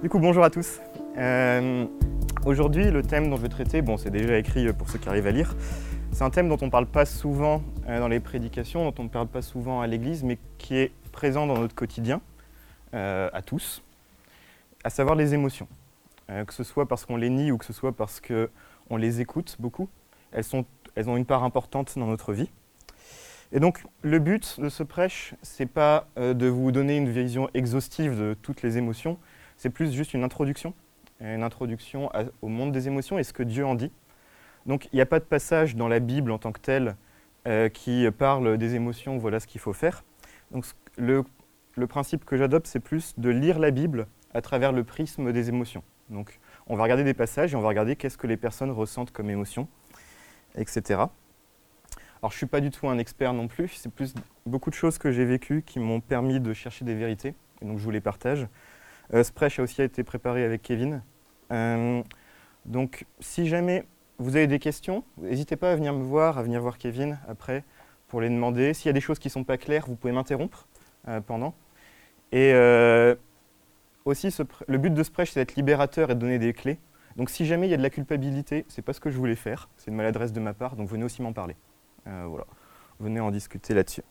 Du coup, bonjour à tous. Aujourd'hui, le thème dont je vais traiter, c'est déjà écrit pour ceux qui arrivent à lire, c'est un thème dont on ne parle pas souvent dans les prédications, dont on ne parle pas souvent à l'église, mais qui est présent dans notre quotidien, à tous, à savoir les émotions. Que ce soit parce qu'on les nie ou que ce soit parce qu'on les écoute beaucoup, elles ont une part importante dans notre vie. Et donc, le but de ce prêche, c'est pas de vous donner une vision exhaustive de toutes les émotions, c'est plus juste une introduction au monde des émotions et ce que Dieu en dit. Donc, il n'y a pas de passage dans la Bible en tant que tel qui parle des émotions, voilà ce qu'il faut faire. Donc, le principe que j'adopte, c'est plus de lire la Bible à travers le prisme des émotions. Donc, on va regarder des passages et on va regarder qu'est-ce que les personnes ressentent comme émotion, etc. Alors, je ne suis pas du tout un expert non plus, c'est plus beaucoup de choses que j'ai vécues qui m'ont permis de chercher des vérités, et donc je vous les partage. Ce prêche a aussi été préparé avec Kevin. Donc, si jamais vous avez des questions, n'hésitez pas à venir me voir, à venir voir Kevin après pour les demander. S'il y a des choses qui ne sont pas claires, vous pouvez m'interrompre pendant. Et aussi, le but de ce prêche, c'est d'être libérateur et de donner des clés. Donc, si jamais il y a de la culpabilité, ce n'est pas ce que je voulais faire, c'est une maladresse de ma part, donc venez aussi m'en parler. Voilà, venez en discuter là-dessus.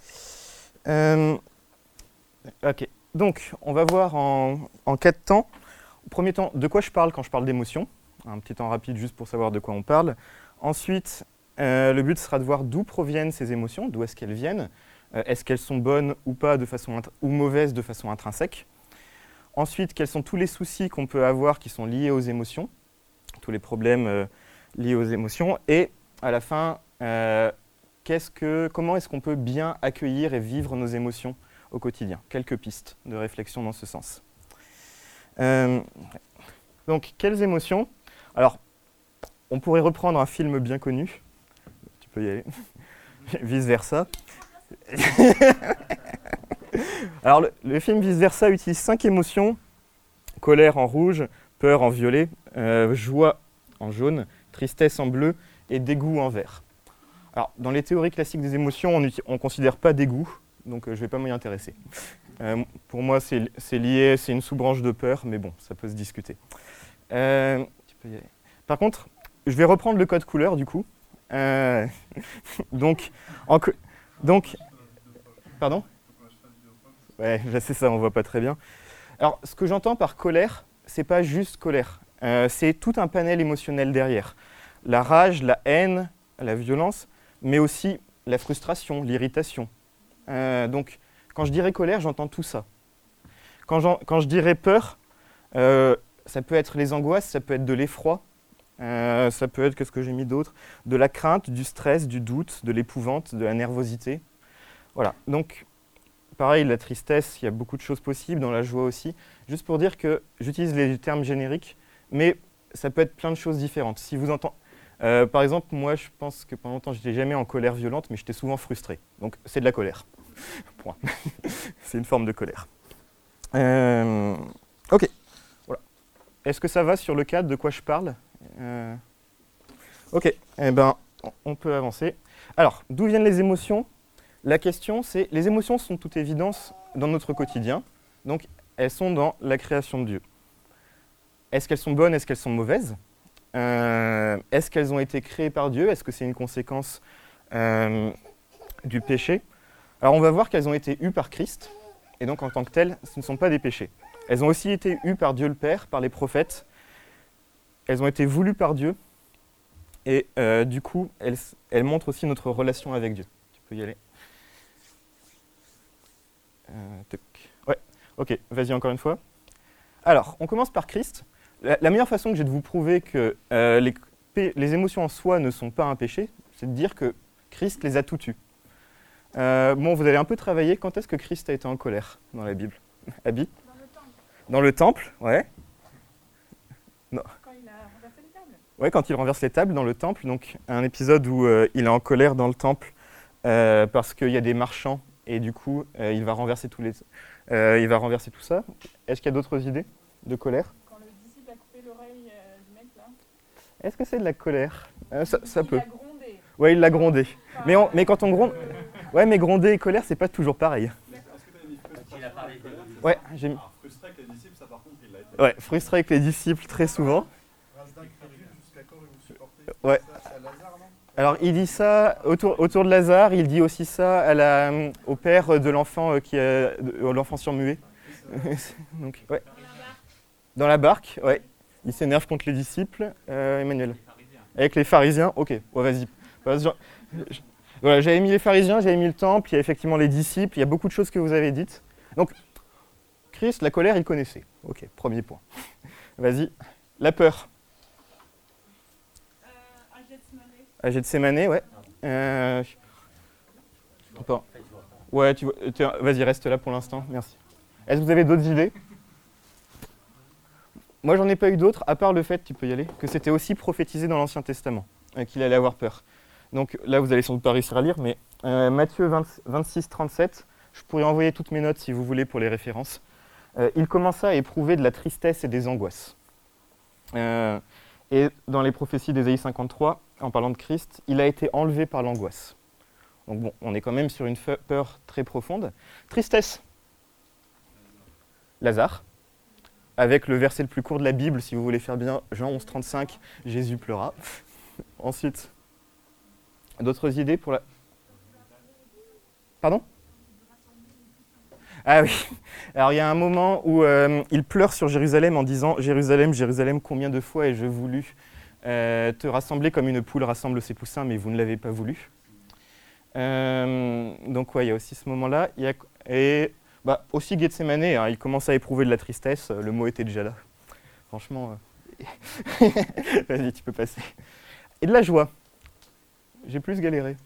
Ok. Donc, on va voir en 4 temps. Au premier temps, de quoi je parle quand je parle d'émotion. Un petit temps rapide juste pour savoir de quoi on parle. Ensuite, le but sera de voir d'où proviennent ces émotions, d'où est-ce qu'elles viennent. Est-ce qu'elles sont bonnes ou pas ou mauvaises de façon intrinsèque. Ensuite, quels sont tous les soucis qu'on peut avoir qui sont liés aux émotions, tous les problèmes liés aux émotions. Et à la fin, comment est-ce qu'on peut bien accueillir et vivre nos émotions au quotidien. Quelques pistes de réflexion dans ce sens. Donc, quelles émotions? Alors, on pourrait reprendre un film bien connu. Tu peux y aller. Vice versa. Alors, le film Vice versa utilise 5 émotions. Colère en rouge, peur en violet, joie en jaune, tristesse en bleu et dégoût en vert. Alors, dans les théories classiques des émotions, on ne considère pas dégoût. Donc je ne vais pas m'y intéresser. Pour moi, c'est lié, c'est une sous-branche de peur, mais bon, ça peut se discuter. Tu peux y aller. Par contre, je vais reprendre le code couleur, du coup. Donc, pardon ? Ouais, c'est ça, on ne voit pas très bien. Alors, ce que j'entends par colère, c'est pas juste colère. C'est tout un panel émotionnel derrière. La rage, la haine, la violence, mais aussi la frustration, l'irritation. Donc, quand je dirais colère, j'entends tout ça. Quand je dirais peur, ça peut être les angoisses, ça peut être de l'effroi, ça peut être, qu'est-ce que j'ai mis d'autre, de la crainte, du stress, du doute, de l'épouvante, de la nervosité. Voilà, donc, pareil, la tristesse, il y a beaucoup de choses possibles, dans la joie aussi. Juste pour dire que j'utilise les termes génériques, mais ça peut être plein de choses différentes. Si vous entendez... par exemple, moi, je pense que pendant longtemps, je n'étais jamais en colère violente, mais j'étais souvent frustré. Donc, c'est de la colère. Point. C'est une forme de colère. Ok. Voilà. Est-ce que ça va sur le cadre de quoi je parle? Ok. Eh ben, on peut avancer. Alors, d'où viennent les émotions? La question, c'est les émotions sont toute évidence dans notre quotidien. Donc, elles sont dans la création de Dieu. Est-ce qu'elles sont bonnes? Est-ce qu'elles sont mauvaises? Est-ce qu'elles ont été créées par Dieu? Est-ce que c'est une conséquence du péché? Alors on va voir qu'elles ont été eues par Christ, et donc en tant que telles, ce ne sont pas des péchés. Elles ont aussi été eues par Dieu le Père, par les prophètes. Elles ont été voulues par Dieu, et du coup, elles montrent aussi notre relation avec Dieu. Tu peux y aller. Ouais, ok, vas-y encore une fois. Alors, on commence par Christ. La meilleure façon que j'ai de vous prouver que les émotions en soi ne sont pas un péché, c'est de dire que Christ les a toutes eues. Vous allez un peu travailler. Quand est-ce que Christ a été en colère dans la Bible? Abby? Dans le temple. Dans le temple, ouais. Non. Quand il a renversé les tables. Ouais, quand il renverse les tables dans le temple. Donc, un épisode où il est en colère dans le temple parce qu'il y a des marchands et du coup, il va renverser tout ça. Est-ce qu'il y a d'autres idées de colère? Quand le disciple a coupé l'oreille du mec là. Est-ce que c'est de la colère? Ça peut. Il a grondé. Ouais, il l'a grondé. Mais quand on gronde... Ouais, mais gronder et colère, c'est pas toujours pareil. D'accord. Il a parlé de... Ouais, j'ai mis. Frustré avec les disciples, ça par contre, il l'a été. Ouais, frustré avec les disciples très souvent. Ouais. Alors il dit ça autour de Lazare, il dit aussi ça au père de l'enfant l'enfant surmué. Donc, ouais. Dans la barque, ouais. Il s'énerve contre les disciples, Emmanuel. Avec les pharisiens, ok, ouais, vas-y. Voilà, j'avais mis les pharisiens, j'avais mis le temple, il y a effectivement les disciples, il y a beaucoup de choses que vous avez dites. Donc, Christ, la colère, il connaissait. Ok, premier point. Vas-y. La peur. À Gethsémané, ouais. Ouais, vas-y, reste là pour l'instant, merci. Est-ce que vous avez d'autres idées ? Moi, j'en ai pas eu d'autres, à part le fait, tu peux y aller, que c'était aussi prophétisé dans l'Ancien Testament, qu'il allait avoir peur. Donc là, vous allez sans doute pas réussir à lire, mais Matthieu 26, 37, je pourrais envoyer toutes mes notes si vous voulez pour les références. Il commença à éprouver de la tristesse et des angoisses. Et dans les prophéties d'Ésaïe 53, en parlant de Christ, il a été enlevé par l'angoisse. Donc bon, on est quand même sur une peur très profonde. Tristesse. Lazare. Avec le verset le plus court de la Bible, si vous voulez faire bien, Jean 11, 35, Jésus pleura. Ensuite, d'autres idées pour la... Pardon ? Ah oui. Alors il y a un moment où il pleure sur Jérusalem en disant « Jérusalem, Jérusalem, combien de fois ai-je voulu te rassembler comme une poule rassemble ses poussins, mais vous ne l'avez pas voulu. » Donc ouais, il y a aussi ce moment-là. Et aussi Gethsémané, hein, il commence à éprouver de la tristesse, le mot était déjà là. Franchement, vas-y, tu peux passer. Et de la joie. J'ai plus galéré.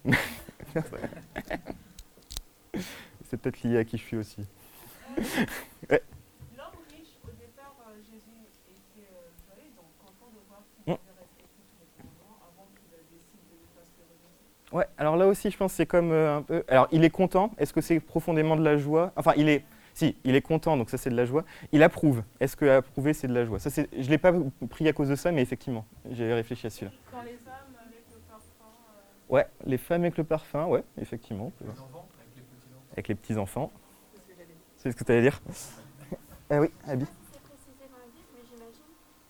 C'est peut-être lié à qui je suis aussi. Ouais. L'homme riche, au départ, Jésus était joyeux, donc content de voir qu'il avait respecté tous les commandements avant qu'il décide de ne pas se reposer. Ouais, alors là aussi, je pense que c'est comme un peu... Alors, il est content. Est-ce que c'est profondément de la joie ? Enfin, il est content, donc ça, c'est de la joie. Il approuve. Est-ce que approuver, c'est de la joie ? Ça, je ne l'ai pas pris à cause de ça, mais effectivement, j'ai réfléchi à celui-là. Quand les femmes avec le parfum... Ouais, les femmes avec le parfum, ouais, effectivement. Les enfants avec les petits-enfants. Avec les petits-enfants. C'est ce que tu allais dire ? Oui, Abby. C'est précisé dans la Bible, mais j'imagine,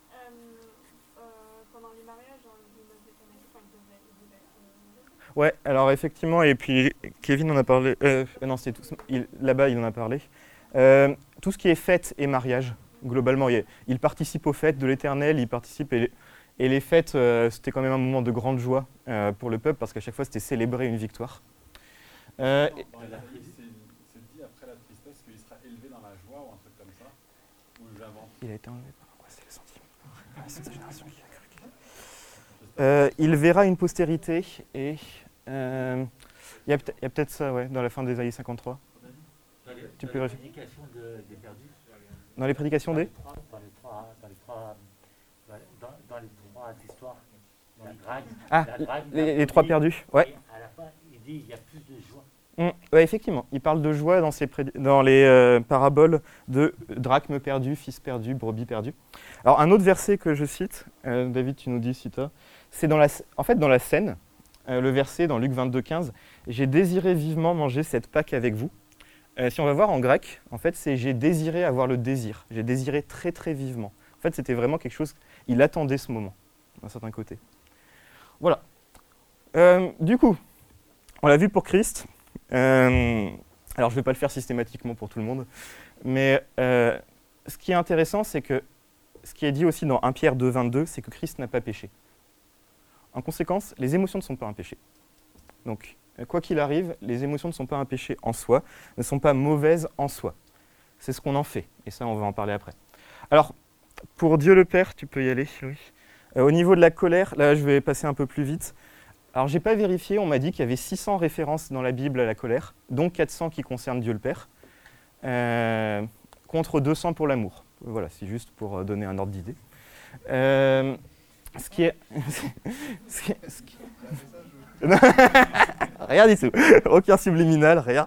pendant les mariages, vous m'avez quand même dit, enfin, ils devaient Ouais, alors effectivement, et puis Kevin en a parlé, non, c'est tout, là-bas il en a parlé. Tout ce qui est fête et mariage, globalement, il participe aux fêtes de l'Éternel, il participe, et les fêtes, c'était quand même un moment de grande joie pour le peuple, parce qu'à chaque fois c'était célébrer une victoire. C'est dit après la tristesse qu'il sera élevé dans la joie ou un truc comme ça, ou j'invente. Il a été enlevé par l'angoisse, c'est le sentiment. C'est cette génération qui a cru. Il verra une postérité et il y a peut-être ça, ouais, dans la fin d'Ésaïe 53. Dans les peux prédications des perdus. Dans les prédications des Dans les trois histoires. La drague. Ah, la drague, les trois perdus, ouais. Et à la fin, il dit il y a plus de joie. Ouais, effectivement, il parle de joie dans les paraboles de drachme perdu, fils perdu, brebis perdu. Alors un autre verset que je cite, David, tu nous dis si tu as, c'est dans la scène, le verset dans Luc 22, 15, « J'ai désiré vivement manger cette Pâque avec vous ». Si on va voir en grec, en fait, c'est « j'ai désiré avoir le désir ». J'ai désiré très très vivement. En fait, c'était vraiment quelque chose, il attendait ce moment, d'un certain côté. Voilà. Du coup, on l'a vu pour Christ. Alors, je ne vais pas le faire systématiquement pour tout le monde, mais ce qui est intéressant, c'est que ce qui est dit aussi dans 1 Pierre 2, 22, c'est que Christ n'a pas péché. En conséquence, les émotions ne sont pas un péché. Donc, quoi qu'il arrive, les émotions ne sont pas un péché en soi, ne sont pas mauvaises en soi. C'est ce qu'on en fait, et ça, on va en parler après. Alors, pour Dieu le Père, tu peux y aller, Louis. Au niveau de la colère, là, je vais passer un peu plus vite. Alors, je n'ai pas vérifié, on m'a dit qu'il y avait 600 références dans la Bible à la colère, dont 400 qui concernent Dieu le Père, contre 200 pour l'amour. Voilà, c'est juste pour donner un ordre d'idée. Ce qui est... Rien du tout, aucun subliminal, rien.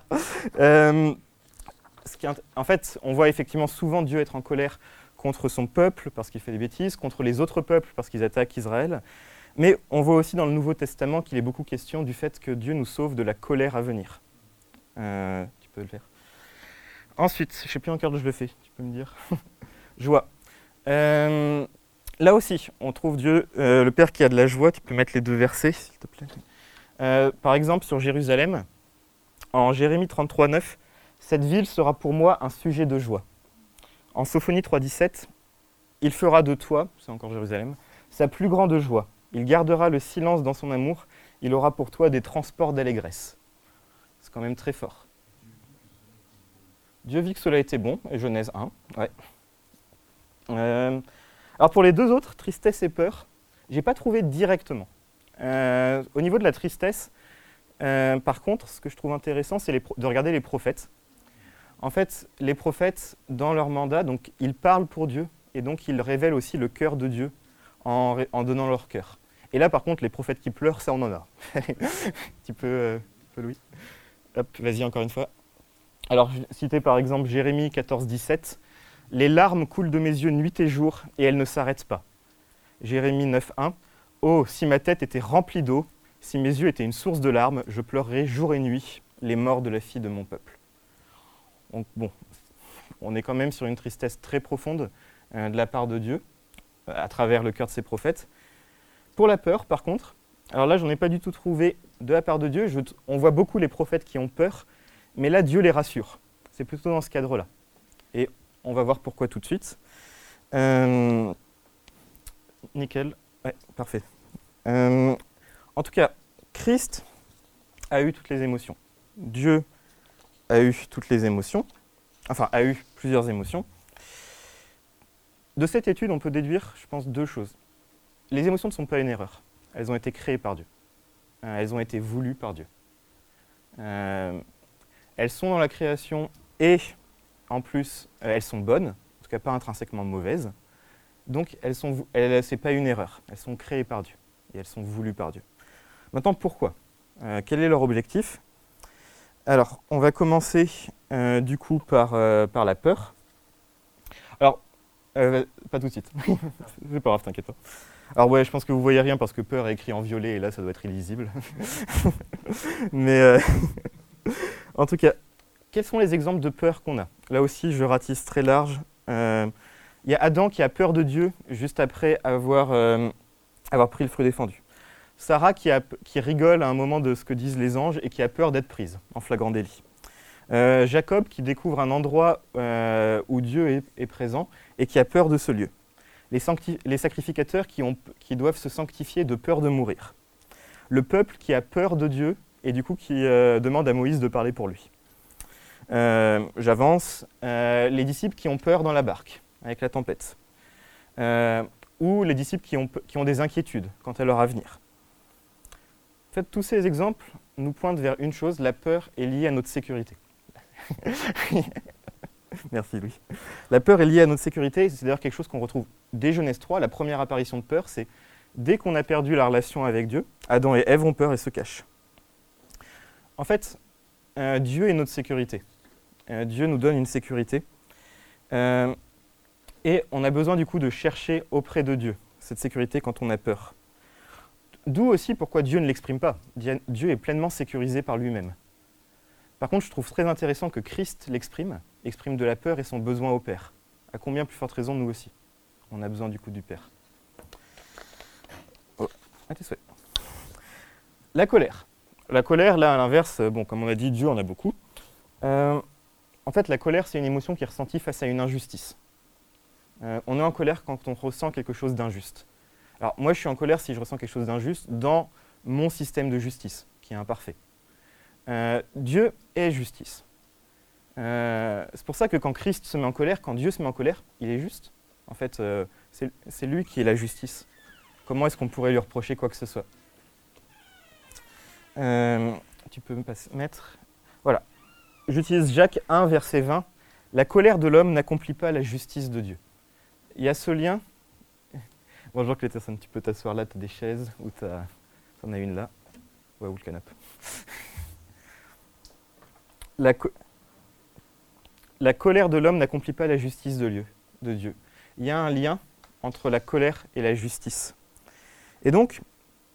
En fait, on voit effectivement souvent Dieu être en colère contre son peuple parce qu'il fait des bêtises, contre les autres peuples parce qu'ils attaquent Israël. Mais on voit aussi dans le Nouveau Testament qu'il est beaucoup question du fait que Dieu nous sauve de la colère à venir. Tu peux le faire. Ensuite, je ne sais plus en quel ordre je le fais, tu peux me dire. Joie. Là aussi, on trouve Dieu, le Père qui a de la joie. Tu peux mettre les deux versets, s'il te plaît. Par exemple, sur Jérusalem, en Jérémie 33, 9, « Cette ville sera pour moi un sujet de joie. » En Sophonie 3, 17, « Il fera de toi, c'est encore Jérusalem, sa plus grande joie. Il gardera le silence dans son amour. Il aura pour toi des transports d'allégresse. » C'est quand même très fort. Dieu vit que cela était bon, et Genèse 1. Ouais. Alors pour les deux autres, tristesse et peur, je n'ai pas trouvé directement. Au niveau de la tristesse, par contre, ce que je trouve intéressant, c'est de regarder les prophètes. En fait, les prophètes, dans leur mandat, donc, ils parlent pour Dieu, et donc ils révèlent aussi le cœur de Dieu en donnant leur cœur. Et là, par contre, les prophètes qui pleurent, ça, on en a. Tu peux, Louis. Hop, vas-y, encore une fois. Alors, je citais par exemple Jérémie 14, 17. « Les larmes coulent de mes yeux nuit et jour, et elles ne s'arrêtent pas. » Jérémie 9, 1. « Oh, si ma tête était remplie d'eau, si mes yeux étaient une source de larmes, je pleurerais jour et nuit les morts de la fille de mon peuple. » Donc bon, on est quand même sur une tristesse très profonde de la part de Dieu, à travers le cœur de ses prophètes. Pour la peur, par contre, alors là, j'en ai pas du tout trouvé de la part de Dieu. On voit beaucoup les prophètes qui ont peur, mais là, Dieu les rassure. C'est plutôt dans ce cadre-là. Et on va voir pourquoi tout de suite. Nickel. Ouais, parfait. En tout cas, Christ a eu toutes les émotions. Dieu a eu toutes les émotions, enfin a eu plusieurs émotions. De cette étude, on peut déduire, je pense, deux choses. Les émotions ne sont pas une erreur. Elles ont été créées par Dieu. Elles ont été voulues par Dieu. Elles sont dans la création et, en plus, elles sont bonnes, en tout cas pas intrinsèquement mauvaises. Donc, ce n'est pas une erreur. Elles sont créées par Dieu et elles sont voulues par Dieu. Maintenant, pourquoi ? Quel est leur objectif ? Alors, on va commencer du coup par la peur. Alors, pas tout de suite. C'est pas grave, t'inquiète pas. Alors ouais, je pense que vous voyez rien parce que peur est écrit en violet et là, ça doit être illisible. Mais en tout cas, quels sont les exemples de peur qu'on a ? Là aussi, je ratisse très large. Il y a Adam qui a peur de Dieu juste après avoir pris le fruit défendu. Sarah qui rigole à un moment de ce que disent les anges et qui a peur d'être prise en flagrant délit. Jacob qui découvre un endroit où Dieu est présent et qui a peur de ce lieu. Les sacrificateurs qui doivent se sanctifier de peur de mourir. Le peuple qui a peur de Dieu et du coup qui demande à Moïse de parler pour lui. J'avance. Les disciples qui ont peur dans la barque avec la tempête. Ou les disciples qui ont des inquiétudes quant à leur avenir. En fait, tous ces exemples nous pointent vers une chose, la peur est liée à notre sécurité. Merci Louis. La peur est liée à notre sécurité, c'est d'ailleurs quelque chose qu'on retrouve dès Genèse 3. La première apparition de peur, c'est dès qu'on a perdu la relation avec Dieu, Adam et Ève ont peur et se cachent. En fait, Dieu est notre sécurité. Dieu nous donne une sécurité. Et on a besoin du coup de chercher auprès de Dieu cette sécurité quand on a peur. D'où aussi pourquoi Dieu ne l'exprime pas. Dieu est pleinement sécurisé par lui-même. Par contre, je trouve très intéressant que Christ exprime de la peur et son besoin au Père. À combien plus forte raison, nous aussi. On a besoin du coup du Père. Oh, à tes souhaits. La colère. La colère, là, à l'inverse, bon, comme on a dit, Dieu en a beaucoup. En fait, la colère, c'est une émotion qui est ressentie face à une injustice. On est en colère quand on ressent quelque chose d'injuste. Alors, moi, je suis en colère si je ressens quelque chose d'injuste dans mon système de justice, qui est imparfait. Dieu est justice. C'est pour ça que quand Christ se met en colère, quand Dieu se met en colère, il est juste. En fait, c'est lui qui est la justice. Comment est-ce qu'on pourrait lui reprocher quoi que ce soit ? Tu peux me mettre... Voilà. J'utilise Jacques 1, verset 20. « La colère de l'homme n'accomplit pas la justice de Dieu. » Il y a ce lien. Bonjour Cléterson, tu peux t'asseoir là, tu as des chaises, ou tu en as une là. Ouais, ou le canapé. La colère de l'homme n'accomplit pas la justice de Dieu. Il y a un lien entre la colère et la justice. Et donc,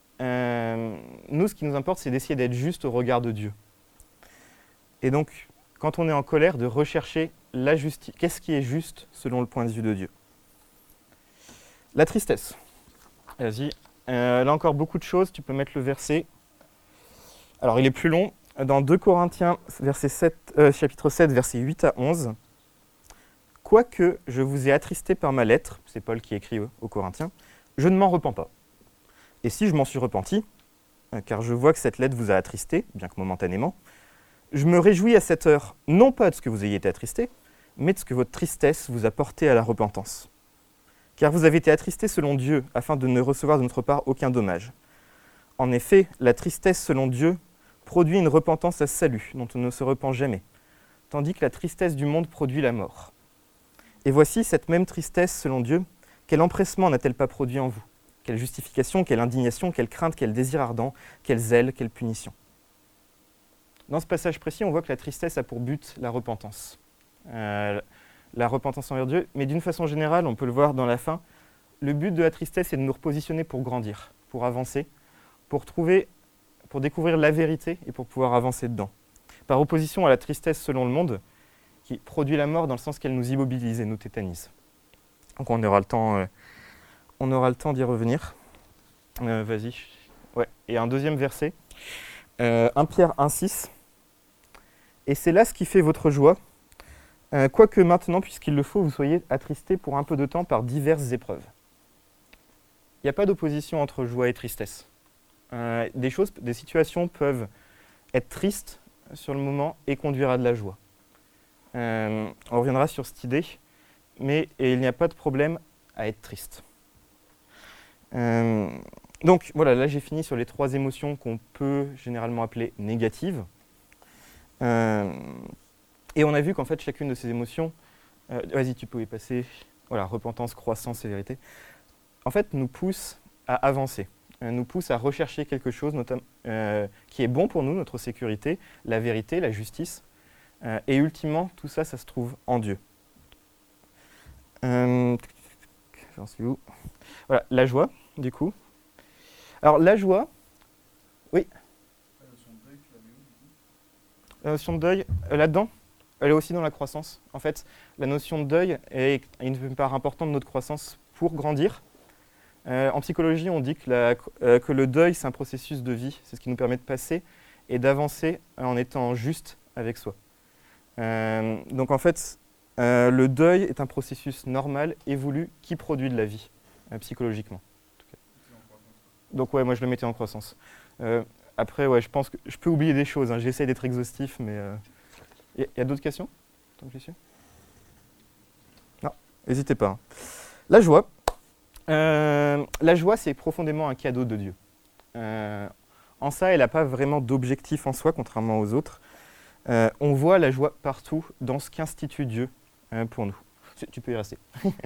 nous, ce qui nous importe, c'est d'essayer d'être juste au regard de Dieu. Et donc, quand on est en colère, de rechercher la justice. Qu'est-ce qui est juste selon le point de vue de Dieu? La tristesse. Vas-y. Là encore, beaucoup de choses. Tu peux mettre le verset. Alors, il est plus long. Dans 2 Corinthiens, chapitre 7, versets 8 à 11. « Quoique je vous ai attristé par ma lettre, c'est Paul qui écrit aux Corinthiens, je ne m'en repens pas. Et si je m'en suis repenti, car je vois que cette lettre vous a attristé, bien que momentanément, je me réjouis à cette heure, non pas de ce que vous ayez été attristé, mais de ce que votre tristesse vous a porté à la repentance. Car vous avez été attristé selon Dieu, afin de ne recevoir de notre part aucun dommage. En effet, la tristesse selon Dieu produit une repentance à salut, dont on ne se repent jamais, tandis que la tristesse du monde produit la mort. Et voici cette même tristesse selon Dieu, quel empressement n'a-t-elle pas produit en vous? Quelle justification, quelle indignation, quelle crainte, quel désir ardent, quel zèle, quelle punition. » Dans ce passage précis, on voit que la tristesse a pour but la repentance. La repentance envers Dieu, mais d'une façon générale, on peut le voir dans la fin, le but de la tristesse est de nous repositionner pour grandir, pour avancer, pour découvrir la vérité et pour pouvoir avancer dedans. Par opposition à la tristesse selon le monde, qui produit la mort dans le sens qu'elle nous immobilise et nous tétanise. Donc on aura le temps d'y revenir. Vas-y. Ouais. Et un deuxième verset, 1 Pierre 1,6. « Et c'est là ce qui fait votre joie, quoique maintenant, puisqu'il le faut, vous soyez attristés pour un peu de temps par diverses épreuves. » Il n'y a pas d'opposition entre joie et tristesse. Des situations peuvent être tristes sur le moment et conduire à de la joie. On reviendra sur cette idée, mais il n'y a pas de problème à être triste. Donc voilà, là j'ai fini sur les 3 émotions qu'on peut généralement appeler négatives. Et on a vu qu'en fait chacune de ces émotions, vas-y tu peux y passer, voilà, repentance, croissance, sévérité, en fait nous pousse à avancer, nous pousse à rechercher quelque chose qui est bon pour nous, notre sécurité, la vérité, la justice, et ultimement tout ça, ça se trouve en Dieu. J'en suis où? Voilà, la joie, du coup. Alors la joie, oui. La notion de deuil, tu l'avais où, du coup? La notion de deuil, là-dedans, elle est aussi dans la croissance. En fait, la notion de deuil est une part importante de notre croissance pour grandir. En psychologie, on dit que le deuil, c'est un processus de vie. C'est ce qui nous permet de passer et d'avancer en étant juste avec soi. Donc en fait, le deuil est un processus normal, évolué, qui produit de la vie, psychologiquement. Donc ouais, moi je le mettais en croissance. Après, ouais, je pense que je peux oublier des choses, hein. J'essaie d'être exhaustif, mais... Il y a d'autres questions? Tant que j'y suis? Non, n'hésitez pas. Hein. La joie. La joie, c'est profondément un cadeau de Dieu. En ça, elle n'a pas vraiment d'objectif en soi, contrairement aux autres. On voit la joie partout dans ce qu'institue Dieu pour nous. Tu peux y rester.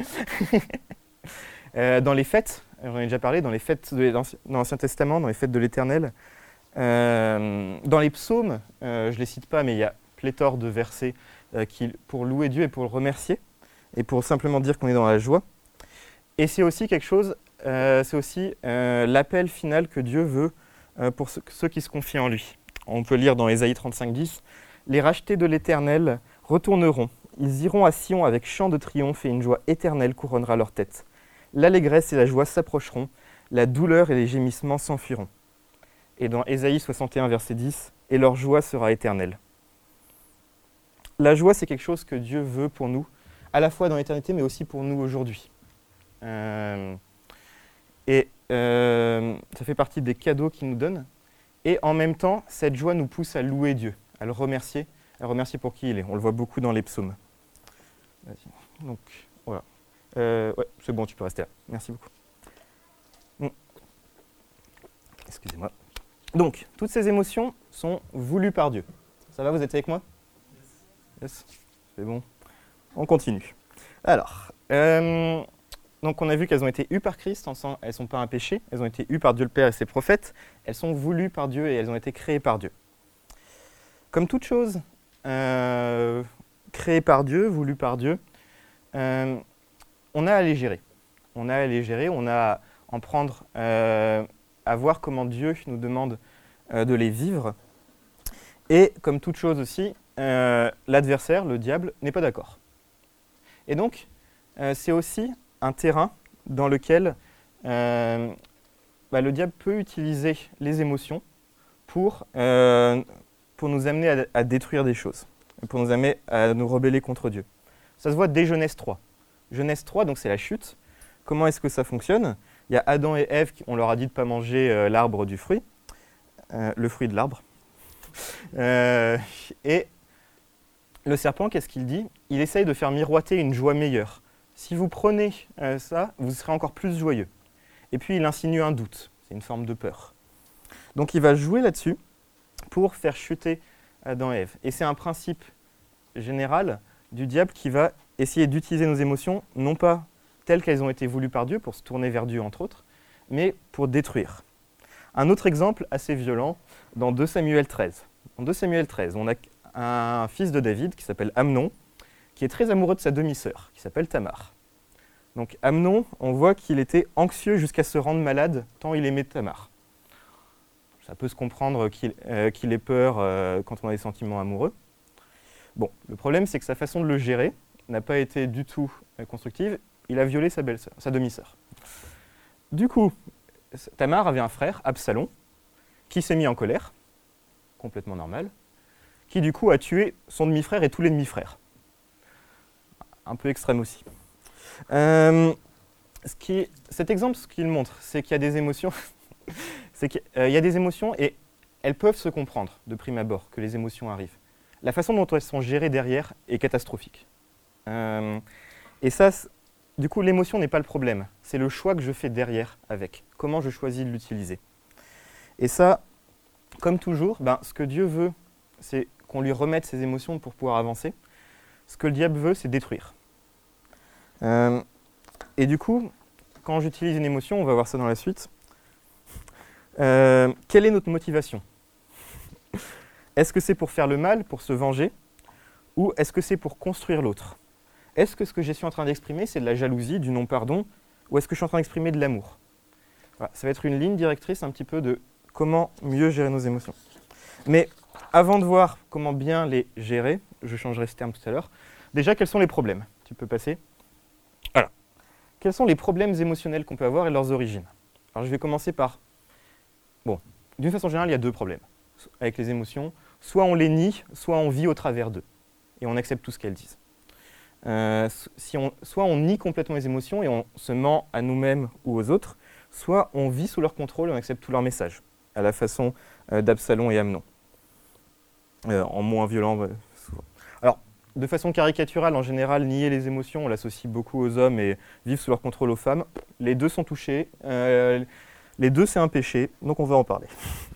Dans les fêtes, j'en ai déjà parlé, dans les fêtes dans l'Ancien Testament, dans les fêtes de l'Éternel, dans les psaumes, je ne les cite pas, mais il y a pléthore de versets pour louer Dieu et pour le remercier, et pour simplement dire qu'on est dans la joie. Et c'est aussi quelque chose, c'est aussi l'appel final que Dieu veut pour ceux qui se confient en lui. On peut lire dans Ésaïe 35,10 « Les rachetés de l'Éternel retourneront. Ils iront à Sion avec chant de triomphe et une joie éternelle couronnera leur tête. L'allégresse et la joie s'approcheront, la douleur et les gémissements s'enfuiront. » Et dans Ésaïe 61, verset 10 « Et leur joie sera éternelle. » La joie, c'est quelque chose que Dieu veut pour nous, à la fois dans l'éternité, mais aussi pour nous aujourd'hui. Ça fait partie des cadeaux qu'il nous donne. Et en même temps, cette joie nous pousse à louer Dieu, à le remercier pour qui il est. On le voit beaucoup dans les psaumes. Vas-y. Donc, voilà. Ouais, c'est bon, tu peux rester là. Merci beaucoup. Excusez-moi. Donc, toutes ces émotions sont voulues par Dieu. Ça va, vous êtes avec moi? Yes. C'est bon. On continue. Alors, donc on a vu qu'elles ont été eues par Christ, elles ne sont pas un péché, elles ont été eues par Dieu le Père et ses prophètes, elles sont voulues par Dieu et elles ont été créées par Dieu. Comme toute chose créée par Dieu, voulue par Dieu, on a à les gérer. On a à en prendre, à voir comment Dieu nous demande de les vivre. Et comme toute chose aussi, l'adversaire, le diable, n'est pas d'accord. Et donc, c'est aussi un terrain dans lequel le diable peut utiliser les émotions pour nous amener à détruire des choses, pour nous amener à nous rebeller contre Dieu. Ça se voit dès Genèse 3. Genèse 3, donc c'est la chute. Comment est-ce que ça fonctionne ? Il y a Adam et Ève, on leur a dit de ne pas manger l'arbre du fruit, le fruit de l'arbre. Et le serpent, qu'est-ce qu'il dit ? Il essaye de faire miroiter une joie meilleure. Si vous prenez ça, vous serez encore plus joyeux. Et puis il insinue un doute, c'est une forme de peur. Donc il va jouer là-dessus pour faire chuter Adam et Ève. Et c'est un principe général du diable qui va essayer d'utiliser nos émotions, non pas telles qu'elles ont été voulues par Dieu, pour se tourner vers Dieu entre autres, mais pour détruire. Un autre exemple assez violent, dans 2 Samuel 13. Dans 2 Samuel 13, on a un fils de David qui s'appelle Amnon, qui est très amoureux de sa demi-sœur, qui s'appelle Tamar. Donc Amnon, on voit qu'il était anxieux jusqu'à se rendre malade, tant il aimait Tamar. Ça peut se comprendre qu'il ait peur quand on a des sentiments amoureux. Bon, le problème, c'est que sa façon de le gérer n'a pas été du tout constructive. Il a violé sa belle-sœur, sa demi-sœur. Du coup, Tamar avait un frère, Absalom, qui s'est mis en colère, complètement normal, qui du coup a tué son demi-frère et tous les demi-frères. Un peu extrême aussi. Cet exemple, ce qu'il montre, c'est qu'il y a des émotions, et elles peuvent se comprendre de prime abord, que les émotions arrivent. La façon dont elles sont gérées derrière est catastrophique. Et ça, du coup, l'émotion n'est pas le problème. C'est le choix que je fais derrière avec. Comment je choisis de l'utiliser. Et ça, comme toujours, ce que Dieu veut, c'est qu'on lui remette ses émotions pour pouvoir avancer. Ce que le diable veut, c'est détruire. Et du coup, quand j'utilise une émotion, on va voir ça dans la suite, quelle est notre motivation ? Est-ce que c'est pour faire le mal, pour se venger, ou est-ce que c'est pour construire l'autre ? Est-ce que ce que je suis en train d'exprimer, c'est de la jalousie, du non-pardon, ou est-ce que je suis en train d'exprimer de l'amour ? Voilà, ça va être une ligne directrice un petit peu de comment mieux gérer nos émotions. Mais avant de voir comment bien les gérer, je changerai ce terme tout à l'heure, déjà, quels sont les problèmes ? Tu peux passer ? Voilà. Quels sont les problèmes émotionnels qu'on peut avoir et leurs origines ? Alors, je vais commencer par... Bon, d'une façon générale, il y a 2 problèmes avec les émotions. Soit on les nie, soit on vit au travers d'eux. Et on accepte tout ce qu'elles disent. Soit on nie complètement les émotions et on se ment à nous-mêmes ou aux autres, soit on vit sous leur contrôle et on accepte tous leurs messages, à la façon d'Absalom et Amnon. En moins violent, souvent. Alors, de façon caricaturale, en général, nier les émotions, on l'associe beaucoup aux hommes et vivre sous leur contrôle aux femmes. Les deux sont touchés. Les deux, c'est un péché, donc on va en parler.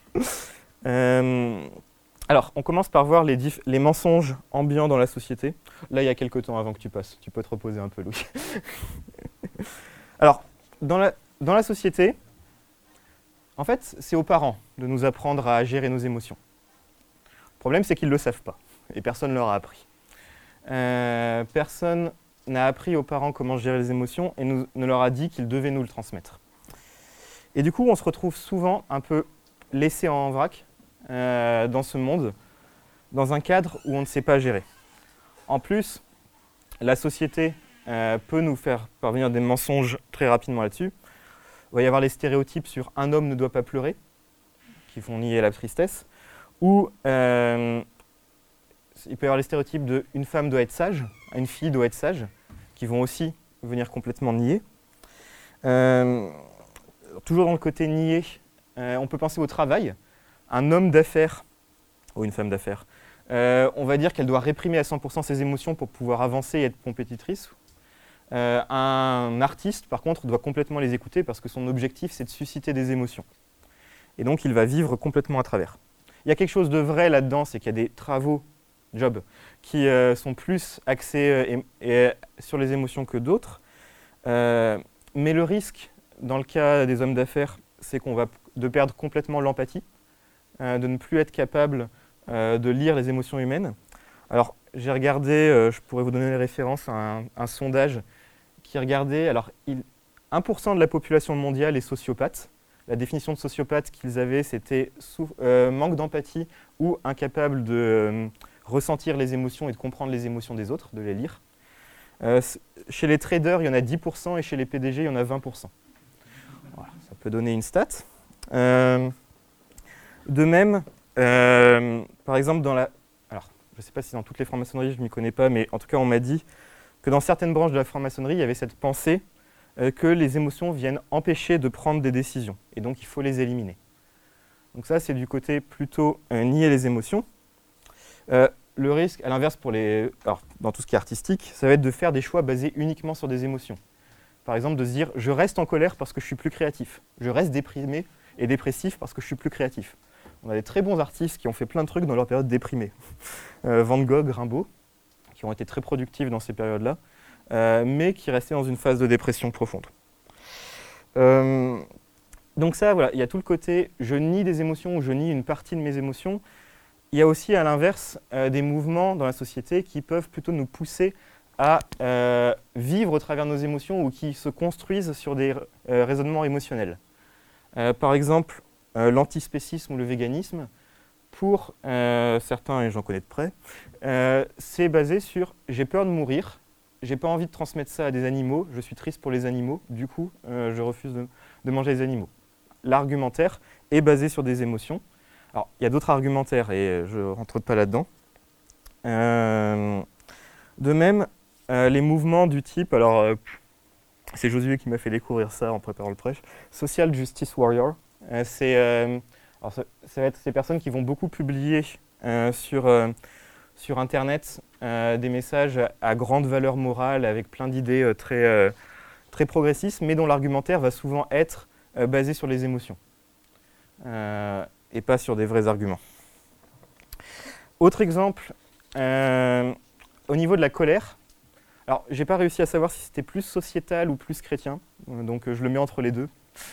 Alors, on commence par voir les mensonges ambiants dans la société. Là, il y a quelques temps avant que tu passes. Tu peux te reposer un peu, Louis. Alors, dans la société, en fait, c'est aux parents de nous apprendre à gérer nos émotions. Le problème, c'est qu'ils ne le savent pas, et personne ne leur a appris. Personne n'a appris aux parents comment gérer les émotions et ne leur a dit qu'ils devaient nous le transmettre. Et du coup, on se retrouve souvent un peu laissé en vrac dans ce monde, dans un cadre où on ne sait pas gérer. En plus, la société peut nous faire parvenir des mensonges très rapidement là-dessus. Il va y avoir les stéréotypes sur « un homme ne doit pas pleurer », qui font nier la tristesse, ou il peut y avoir les stéréotypes de « une femme doit être sage », « une fille doit être sage », qui vont aussi venir complètement nier. Toujours dans le côté nier, on peut penser au travail. Un homme d'affaires, ou une femme d'affaires, on va dire qu'elle doit réprimer à 100% ses émotions pour pouvoir avancer et être compétitrice. Un artiste, par contre, doit complètement les écouter parce que son objectif, c'est de susciter des émotions. Et donc, il va vivre complètement à travers. Il y a quelque chose de vrai là-dedans, c'est qu'il y a des travaux, jobs, qui sont plus axés sur les émotions que d'autres. Mais le risque, dans le cas des hommes d'affaires, c'est qu'on va perdre complètement l'empathie, de ne plus être capable de lire les émotions humaines. Alors, j'ai regardé, je pourrais vous donner les références, un sondage qui regardait, 1% de la population mondiale est sociopathe. La définition de sociopathe qu'ils avaient, c'était manque d'empathie ou incapable de ressentir les émotions et de comprendre les émotions des autres, de les lire. Chez les traders, il y en a 10% et chez les PDG, il y en a 20%. Voilà, ça peut donner une stat. De même, par exemple, alors, je ne sais pas si dans toutes les francs-maçonneries, je ne m'y connais pas, mais en tout cas, on m'a dit que dans certaines branches de la franc-maçonnerie, il y avait cette pensée que les émotions viennent empêcher de prendre des décisions, et donc il faut les éliminer. Donc ça, c'est du côté plutôt nier les émotions. Le risque, à l'inverse, alors, dans tout ce qui est artistique, ça va être de faire des choix basés uniquement sur des émotions. Par exemple, de se dire « je reste en colère parce que je suis plus créatif ». Je reste déprimé et dépressif parce que je suis plus créatif. On a des très bons artistes qui ont fait plein de trucs dans leur période déprimée. Van Gogh, Rimbaud, qui ont été très productifs dans ces périodes-là, mais qui restaient dans une phase de dépression profonde. Donc ça, voilà, il y a tout le côté « je nie des émotions » ou « je nie une partie de mes émotions ». Il y a aussi, à l'inverse, des mouvements dans la société qui peuvent plutôt nous pousser à vivre au travers de nos émotions ou qui se construisent sur des raisonnements émotionnels. Par exemple, l'antispécisme ou le véganisme, pour certains, et j'en connais de près, c'est basé sur « j'ai peur de mourir, j'ai pas envie de transmettre ça à des animaux, je suis triste pour les animaux, du coup, je refuse de manger les animaux ». L'argumentaire est basé sur des émotions. Alors, il y a d'autres argumentaires et je ne rentre pas là-dedans. De même, les mouvements du type, alors c'est Josué qui m'a fait découvrir ça en préparant le prêche, Social Justice Warrior, ça va être ces personnes qui vont beaucoup publier sur Internet des messages à grande valeur morale avec plein d'idées très progressistes, mais dont l'argumentaire va souvent être basé sur les émotions. Et pas sur des vrais arguments. Autre exemple, au niveau de la colère, alors j'ai pas réussi à savoir si c'était plus sociétal ou plus chrétien, donc je le mets entre les deux.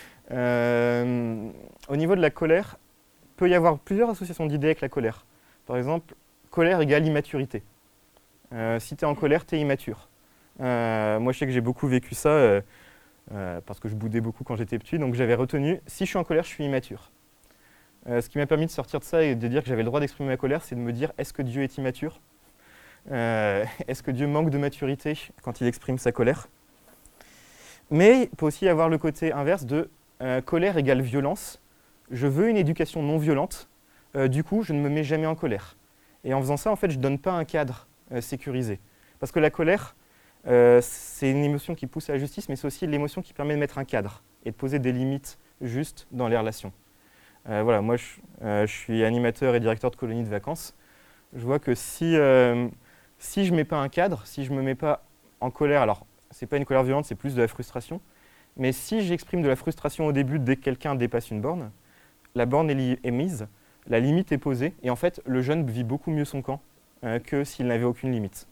Au niveau de la colère, peut y avoir plusieurs associations d'idées avec la colère. Par exemple, colère égale immaturité. Si tu es en colère, tu es immature. Moi je sais que j'ai beaucoup vécu ça, parce que je boudais beaucoup quand j'étais petit, donc j'avais retenu, si je suis en colère, je suis immature. Ce qui m'a permis de sortir de ça et de dire que j'avais le droit d'exprimer ma colère, c'est de me dire, est-ce que Dieu est immature ? Est-ce que Dieu manque de maturité quand il exprime sa colère ? Mais il peut aussi y avoir le côté inverse de colère égale violence. Je veux une éducation non violente, du coup, je ne me mets jamais en colère. Et en faisant ça, en fait, je ne donne pas un cadre sécurisé. Parce que la colère, c'est une émotion qui pousse à la justice, mais c'est aussi l'émotion qui permet de mettre un cadre et de poser des limites justes dans les relations. Voilà, moi, je suis animateur et directeur de colonies de vacances. Je vois que si je ne mets pas un cadre, si je ne me mets pas en colère, alors ce n'est pas une colère violente, c'est plus de la frustration, mais si j'exprime de la frustration au début dès que quelqu'un dépasse une borne, la borne est mise, la limite est posée, et en fait, le jeune vit beaucoup mieux son camp que s'il n'avait aucune limite.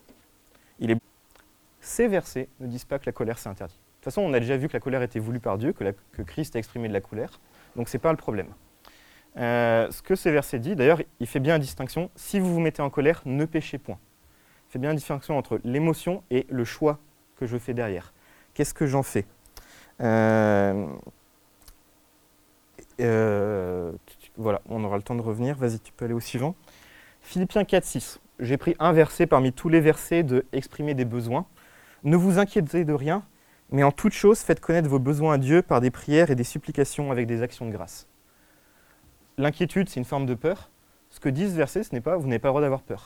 Ces versets ne disent pas que la colère c'est interdit. De toute façon, on a déjà vu que la colère était voulue par Dieu, que Christ a exprimé de la colère, donc ce n'est pas le problème. Ce que ces versets disent, d'ailleurs, il fait bien la distinction, si vous vous mettez en colère, ne péchez point. Il fait bien la distinction entre l'émotion et le choix que je fais derrière. Qu'est-ce que j'en fais ? Voilà, on aura le temps de revenir. Vas-y, tu peux aller au suivant. Philippiens 4:6. J'ai pris un verset parmi tous les versets de « Exprimer des besoins ». Ne vous inquiétez de rien, mais en toute chose, faites connaître vos besoins à Dieu par des prières et des supplications avec des actions de grâce. L'inquiétude, c'est une forme de peur. Ce que dit ce verset, ce n'est pas « vous n'avez pas le droit d'avoir peur ».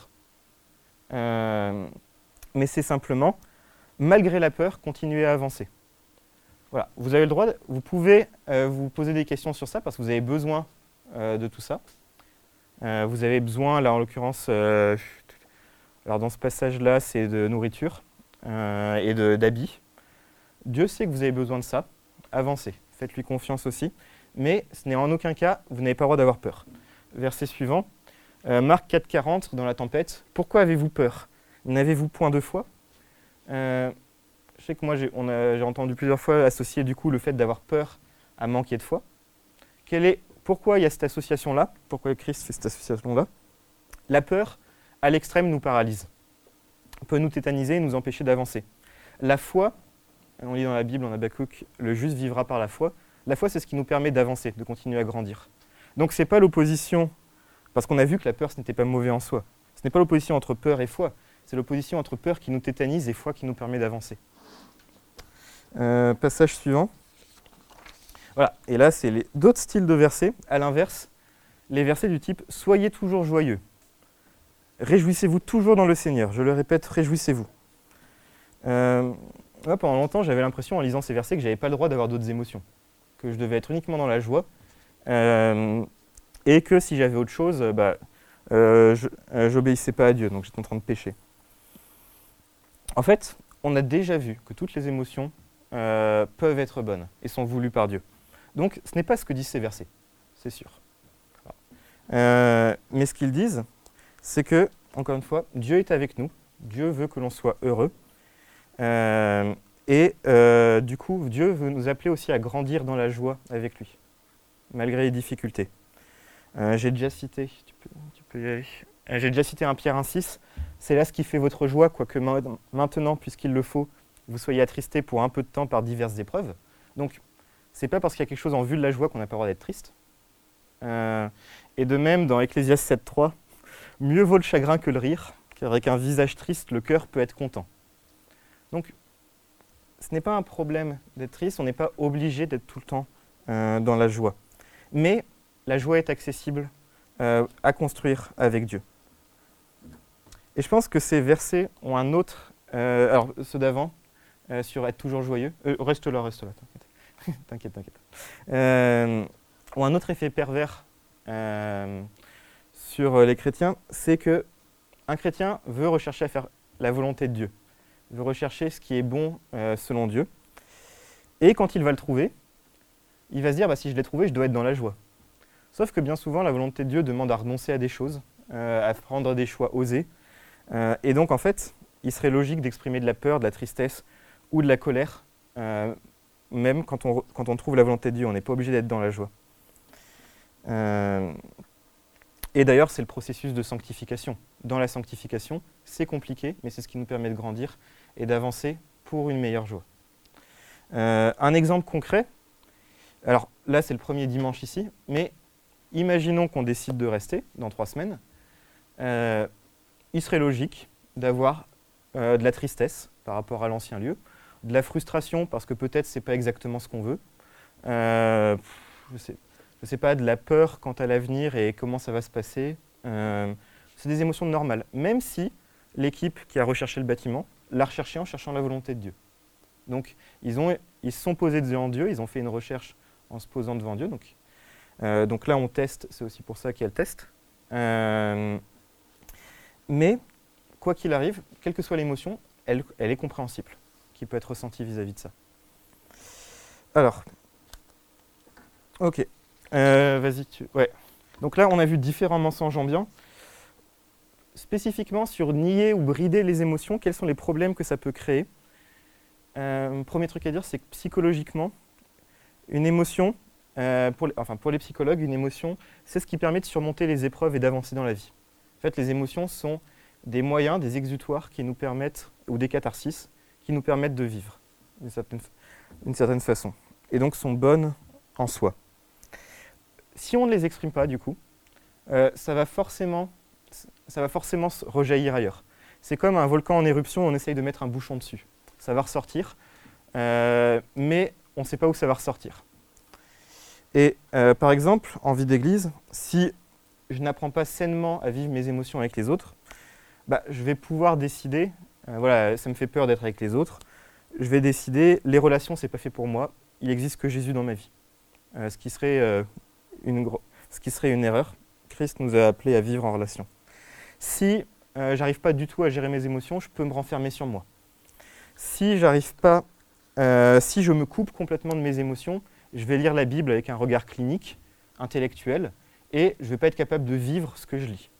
Mais c'est simplement, malgré la peur, continuez à avancer. Voilà, vous avez le droit, vous pouvez vous poser des questions sur ça parce que vous avez besoin de tout ça. Vous avez besoin, là en l'occurrence, alors dans ce passage-là, c'est de nourriture et d'habits. Dieu sait que vous avez besoin de ça, avancez, faites-lui confiance aussi, mais ce n'est en aucun cas, vous n'avez pas le droit d'avoir peur. Verset suivant, Marc 4,40, dans la tempête, « Pourquoi avez-vous peur ? N'avez-vous point de foi ?» Je sais que moi, j'ai entendu plusieurs fois associer du coup le fait d'avoir peur à manquer de foi. Pourquoi il y a cette association-là ? Pourquoi Christ fait cette association-là ? La peur, à l'extrême, nous paralyse. Peut nous tétaniser et nous empêcher d'avancer. La foi, on lit dans la Bible, en Habakkuk, « Le juste vivra par la foi ». La foi, c'est ce qui nous permet d'avancer, de continuer à grandir. Donc, ce n'est pas l'opposition, parce qu'on a vu que la peur, ce n'était pas mauvais en soi. Ce n'est pas l'opposition entre peur et foi, c'est l'opposition entre peur qui nous tétanise et foi qui nous permet d'avancer. Passage suivant. Voilà, et là, c'est d'autres styles de versets. À l'inverse, les versets du type « Soyez toujours joyeux ». Réjouissez-vous toujours dans le Seigneur. Je le répète, réjouissez-vous. Moi, pendant longtemps, j'avais l'impression, en lisant ces versets, que je n'avais pas le droit d'avoir d'autres émotions, que je devais être uniquement dans la joie, et que si j'avais autre chose, j'obéissais pas à Dieu, donc j'étais en train de pécher. En fait, on a déjà vu que toutes les émotions peuvent être bonnes et sont voulues par Dieu. Donc, ce n'est pas ce que disent ces versets, c'est sûr. Mais ce qu'ils disent, c'est que, encore une fois, Dieu est avec nous, Dieu veut que l'on soit heureux, du coup, Dieu veut nous appeler aussi à grandir dans la joie avec lui, malgré les difficultés. J'ai déjà cité, tu peux y aller. J'ai déjà cité 1 Pierre 1,6, c'est là ce qui fait votre joie, quoique maintenant, puisqu'il le faut, vous soyez attristés pour un peu de temps par diverses épreuves. Donc, c'est pas parce qu'il y a quelque chose en vue de la joie qu'on n'a pas le droit d'être triste. Et de même, dans Ecclésiaste 7,3, mieux vaut le chagrin que le rire, car avec un visage triste, le cœur peut être content. Donc, ce n'est pas un problème d'être triste, on n'est pas obligé d'être tout le temps dans la joie. Mais la joie est accessible à construire avec Dieu. Et je pense que ces versets ont un autre, alors ceux d'avant, sur être toujours joyeux, reste là, t'inquiète. Ont un autre effet pervers sur les chrétiens, c'est que un chrétien veut rechercher à faire la volonté de Dieu, veut rechercher ce qui est bon selon Dieu, et quand il va le trouver, il va se dire si je l'ai trouvé, je dois être dans la joie. Sauf que bien souvent, la volonté de Dieu demande à renoncer à des choses, à prendre des choix osés, et donc en fait, il serait logique d'exprimer de la peur, de la tristesse ou de la colère, même quand on trouve la volonté de Dieu, on n'est pas obligé d'être dans la joie. Et d'ailleurs, c'est le processus de sanctification. Dans la sanctification, c'est compliqué, mais c'est ce qui nous permet de grandir et d'avancer pour une meilleure joie. Un exemple concret, alors là, c'est le premier dimanche ici, mais imaginons qu'on décide de rester dans 3 semaines. Il serait logique d'avoir de la tristesse par rapport à l'ancien lieu, de la frustration parce que peut-être ce n'est pas exactement ce qu'on veut, je sais pas, de la peur quant à l'avenir et comment ça va se passer. C'est des émotions normales, même si l'équipe qui a recherché le bâtiment l'a recherché en cherchant la volonté de Dieu. Donc, ils se sont posés devant Dieu, ils ont fait une recherche en se posant devant Dieu. Donc là, on teste, c'est aussi pour ça qu'il y a le test. Mais, quoi qu'il arrive, quelle que soit l'émotion, elle est compréhensible, qui peut être ressentie vis-à-vis de ça. Alors, ok. Vas-y, ouais. Donc là, on a vu différents mensonges ambiants. Spécifiquement sur nier ou brider les émotions, quels sont les problèmes que ça peut créer. Premier truc à dire, c'est que psychologiquement, une émotion, pour les psychologues, une émotion, c'est ce qui permet de surmonter les épreuves et d'avancer dans la vie. En fait, les émotions sont des moyens, des exutoires qui nous permettent, ou des catharsis, qui nous permettent de vivre d'une certaine façon. Et donc sont bonnes en soi. Si on ne les exprime pas, du coup, ça va forcément rejaillir ailleurs. C'est comme un volcan en éruption, on essaye de mettre un bouchon dessus. Ça va ressortir, mais on ne sait pas où ça va ressortir. Et par exemple, en vie d'église, si je n'apprends pas sainement à vivre mes émotions avec les autres, je vais pouvoir décider, voilà, ça me fait peur d'être avec les autres, je vais décider, les relations, ce n'est pas fait pour moi, il n'existe que Jésus dans ma vie. Ce qui serait une erreur. Christ nous a appelés à vivre en relation. Si j'arrive pas du tout à gérer mes émotions, je peux me renfermer sur moi. Si je me coupe complètement de mes émotions, je vais lire la Bible avec un regard clinique, intellectuel, et je ne vais pas être capable de vivre ce que je lis.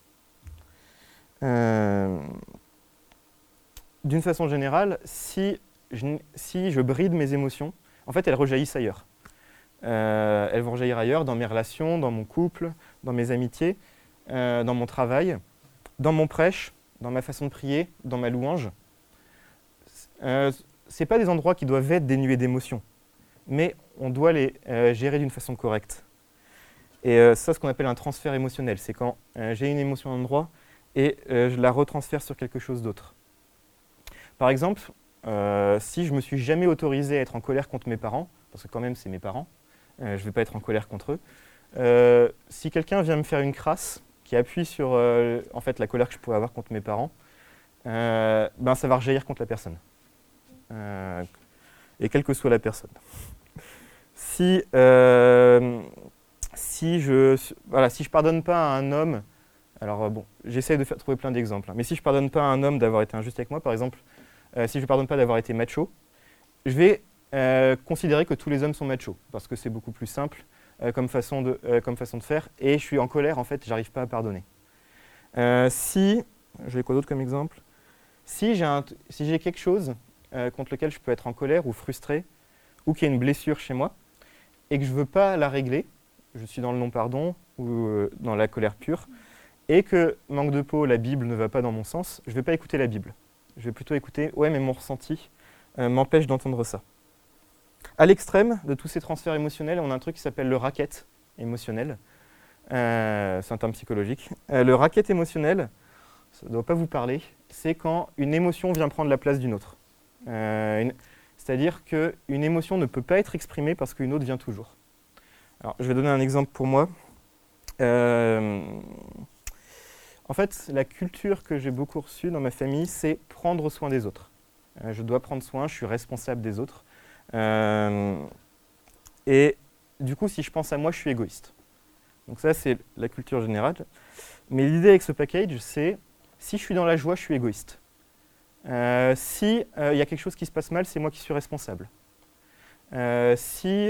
D'une façon générale, si je bride mes émotions, en fait, elles rejaillissent ailleurs. Elles vont rejaillir ailleurs, dans mes relations, dans mon couple, dans mes amitiés, dans mon travail, dans mon prêche, dans ma façon de prier, dans ma louange. Ce n'est pas des endroits qui doivent être dénués d'émotions, mais on doit les gérer d'une façon correcte. Et ça, ce qu'on appelle un transfert émotionnel, c'est quand j'ai une émotion à un endroit et je la retransfère sur quelque chose d'autre. Par exemple, si je ne me suis jamais autorisé à être en colère contre mes parents, parce que quand même c'est mes parents, je ne vais pas être en colère contre eux, si quelqu'un vient me faire une crasse qui appuie sur en fait, la colère que je pourrais avoir contre mes parents, ça va rejaillir contre la personne. Et quelle que soit la personne. Si je pardonne pas à un homme, alors j'essaie de trouver plein d'exemples, mais si je pardonne pas à un homme d'avoir été injuste avec moi, par exemple, si je pardonne pas d'avoir été macho, je vais considérer que tous les hommes sont machos, parce que c'est beaucoup plus simple comme façon de faire, et je suis en colère, en fait, j'arrive pas à pardonner. J'ai quoi d'autre comme exemple ? Si j'ai quelque chose contre lequel je peux être en colère ou frustré, ou qu'il y a une blessure chez moi, et que je ne veux pas la régler, je suis dans le non-pardon ou dans la colère pure, et que, manque de peau, la Bible ne va pas dans mon sens, je ne vais pas écouter la Bible. Je vais plutôt écouter, ouais, mais mon ressenti m'empêche d'entendre ça. À l'extrême de tous ces transferts émotionnels, on a un truc qui s'appelle le racket émotionnel. C'est un terme psychologique. Le racket émotionnel, ça ne doit pas vous parler, c'est quand une émotion vient prendre la place d'une autre. C'est-à-dire qu'une émotion ne peut pas être exprimée parce qu'une autre vient toujours. Alors, je vais donner un exemple pour moi. En fait, la culture que j'ai beaucoup reçue dans ma famille, c'est prendre soin des autres. Je dois prendre soin, je suis responsable des autres. Et du coup, si je pense à moi, je suis égoïste. Donc ça, c'est la culture générale. Mais l'idée avec ce package, c'est si je suis dans la joie, je suis égoïste. Si y a quelque chose qui se passe mal, c'est moi qui suis responsable. Si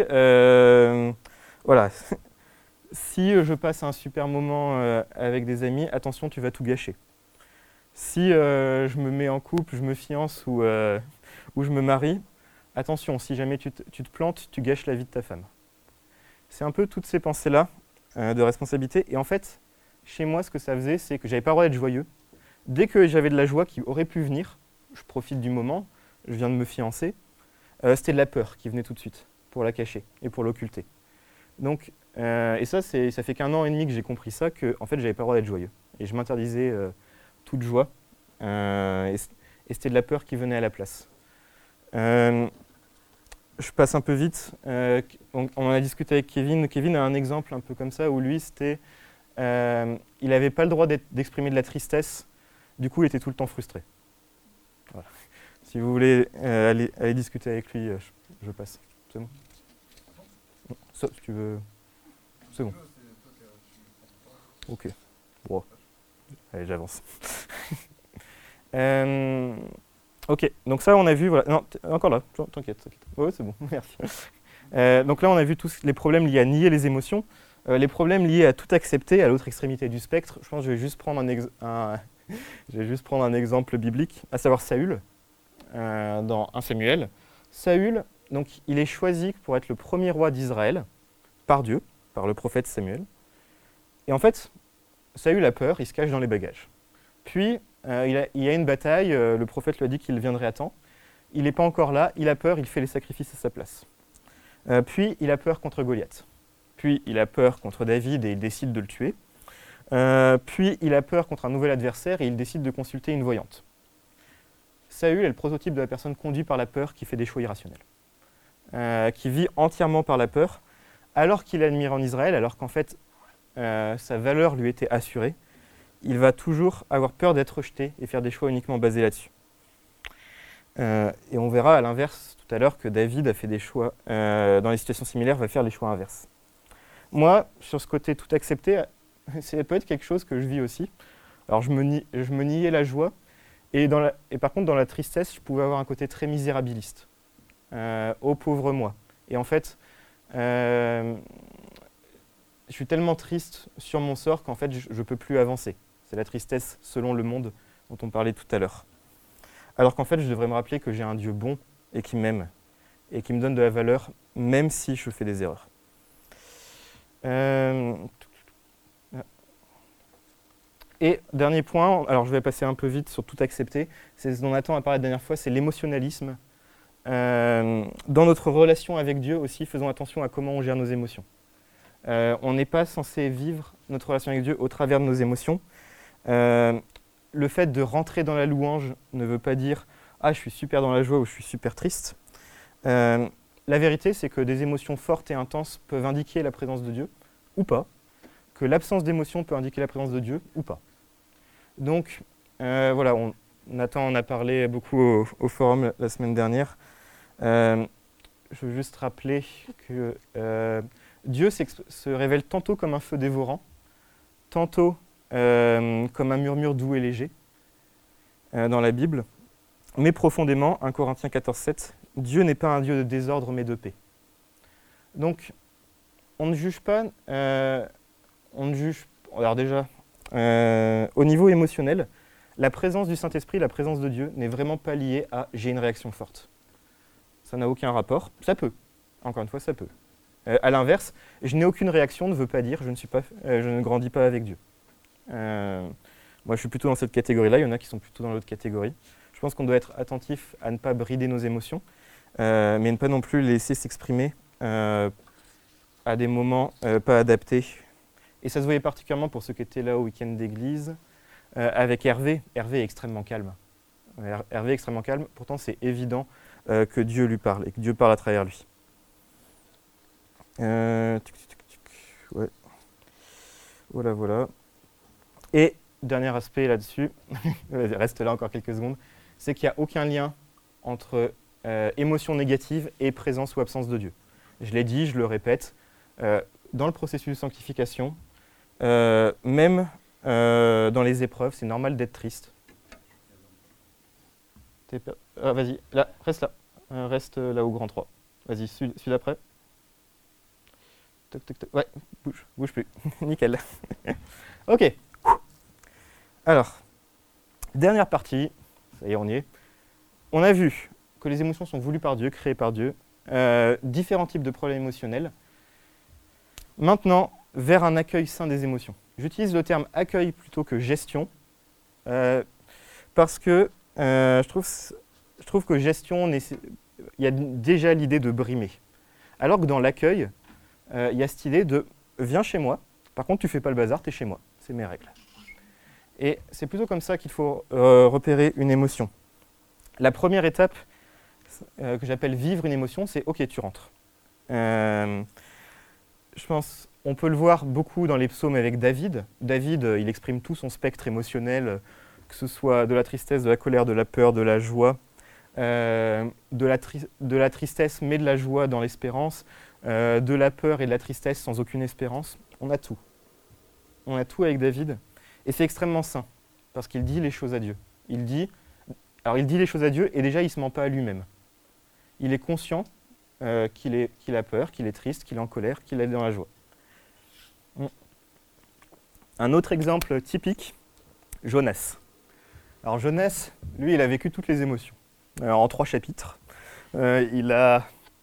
je passe un super moment avec des amis, attention, tu vas tout gâcher. Si je me mets en couple, je me fiance ou je me marie, attention, si jamais tu te plantes, tu gâches la vie de ta femme. C'est un peu toutes ces pensées-là de responsabilité. Et en fait, chez moi, ce que ça faisait, c'est que j'avais pas le droit d'être joyeux. Dès que j'avais de la joie qui aurait pu venir, je profite du moment, je viens de me fiancer, c'était de la peur qui venait tout de suite pour la cacher et pour l'occulter. Donc, et ça fait qu'1 an et demi que j'ai compris ça, que en fait, j'avais pas le droit d'être joyeux. Et je m'interdisais toute joie. Et c'était de la peur qui venait à la place. Je passe un peu vite. On en a discuté avec Kevin. Kevin a un exemple un peu comme ça, où lui, c'était... il n'avait pas le droit d'exprimer de la tristesse. Du coup, il était tout le temps frustré. Voilà. Si vous voulez aller discuter avec lui, je passe. C'est bon ? Ça, si tu veux... C'est bon. Ok. Bon. Allez, j'avance. Ok, donc ça, on a vu... Voilà. Non, encore là, t'inquiète. Ouais, c'est bon, merci. Donc là, on a vu tous les problèmes liés à nier les émotions. Les problèmes liés à tout accepter, à l'autre extrémité du spectre. Je pense que je vais juste prendre un exemple biblique, à savoir Saül, dans 1 Samuel. Saül, donc, il est choisi pour être le premier roi d'Israël, par Dieu, par le prophète Samuel. Et en fait, Saül a peur, il se cache dans les bagages. Puis, il y a une bataille, le prophète lui a dit qu'il viendrait à temps. Il n'est pas encore là, il a peur, il fait les sacrifices à sa place. Puis, il a peur contre Goliath. Puis, il a peur contre David et il décide de le tuer. Puis, il a peur contre un nouvel adversaire et il décide de consulter une voyante. Saül est le prototype de la personne conduite par la peur qui fait des choix irrationnels, qui vit entièrement par la peur, alors qu'il est admiré en Israël, alors qu'en fait, sa valeur lui était assurée. Il va toujours avoir peur d'être rejeté et faire des choix uniquement basés là-dessus. Et on verra à l'inverse tout à l'heure que David a fait des choix, dans des situations similaires, va faire les choix inverses. Moi, sur ce côté tout accepté, ça peut être quelque chose que je vis aussi. Alors je me niais la joie, et par contre dans la tristesse, je pouvais avoir un côté très misérabiliste. Ô pauvre moi. Et en fait, je suis tellement triste sur mon sort qu'en fait je ne peux plus avancer. C'est la tristesse selon le monde dont on parlait tout à l'heure. Alors qu'en fait, je devrais me rappeler que j'ai un Dieu bon et qui m'aime et qui me donne de la valeur, même si je fais des erreurs. Et dernier point, alors je vais passer un peu vite sur tout accepter, c'est ce dont Nathan a parlé la dernière fois, c'est l'émotionnalisme. Dans notre relation avec Dieu aussi, faisons attention à comment on gère nos émotions. On n'est pas censé vivre notre relation avec Dieu au travers de nos émotions. le fait de rentrer dans la louange ne veut pas dire « Ah, je suis super dans la joie » ou « Je suis super triste ». La vérité, c'est que des émotions fortes et intenses peuvent indiquer la présence de Dieu, ou pas, que l'absence d'émotion peut indiquer la présence de Dieu, ou pas. Donc, voilà, Nathan en a parlé beaucoup au forum la semaine dernière. Je veux juste rappeler que Dieu se révèle tantôt comme un feu dévorant, tantôt comme un murmure doux et léger dans la Bible, mais profondément, 1 Corinthiens 14,7, Dieu n'est pas un Dieu de désordre mais de paix. Donc, on ne juge pas, alors déjà, au niveau émotionnel, la présence du Saint-Esprit, la présence de Dieu n'est vraiment pas liée à « j'ai une réaction forte ». Ça n'a aucun rapport, ça peut, encore une fois, ça peut. À l'inverse, je n'ai aucune réaction ne veut pas dire je ne grandis pas avec Dieu. Moi, je suis plutôt dans cette catégorie-là, il y en a qui sont plutôt dans l'autre catégorie. Je pense qu'on doit être attentif à ne pas brider nos émotions, mais ne pas non plus les laisser s'exprimer à des moments pas adaptés. Et ça se voyait particulièrement pour ceux qui étaient là au week-end d'église, avec Hervé. Hervé est extrêmement calme. Hervé est extrêmement calme, pourtant c'est évident que Dieu lui parle et que Dieu parle à travers lui. Ouais. Voilà. Et dernier aspect là-dessus, reste là encore quelques secondes, c'est qu'il n'y a aucun lien entre émotion négative et présence ou absence de Dieu. Je l'ai dit, je le répète, dans le processus de sanctification, même dans les épreuves, c'est normal d'être triste. Vas-y, là, reste là. Reste là au grand 3. Vas-y, celui d'après. Toc. Ouais, bouge plus. Nickel. Ok. Alors, dernière partie. Ça y est, on y est. On a vu que les émotions sont voulues par Dieu, créées par Dieu. Différents types de problèmes émotionnels. Maintenant, vers un accueil sain des émotions. J'utilise le terme accueil plutôt que gestion, parce que je trouve que gestion, il y a déjà l'idée de brimer. Alors que dans l'accueil, il y a cette idée de « viens chez moi, par contre tu fais pas le bazar, tu es chez moi, c'est mes règles ». Et c'est plutôt comme ça qu'il faut repérer une émotion. La première étape que j'appelle vivre une émotion, c'est « ok, tu rentres ». Je pense, on peut le voir beaucoup dans les psaumes avec David. David, il exprime tout son spectre émotionnel, que ce soit de la tristesse, de la colère, de la peur, de la joie, de la tristesse mais de la joie dans l'espérance, de la peur et de la tristesse sans aucune espérance. On a tout. On a tout avec David. Et c'est extrêmement sain, parce qu'il dit les choses à Dieu. Il dit les choses à Dieu et déjà il ne se ment pas à lui-même. Il est conscient qu'il a peur, qu'il est triste, qu'il est en colère, qu'il est dans la joie. Un autre exemple typique, Jonas. Alors Jonas, lui, il a vécu toutes les émotions. En 3 chapitres. Il a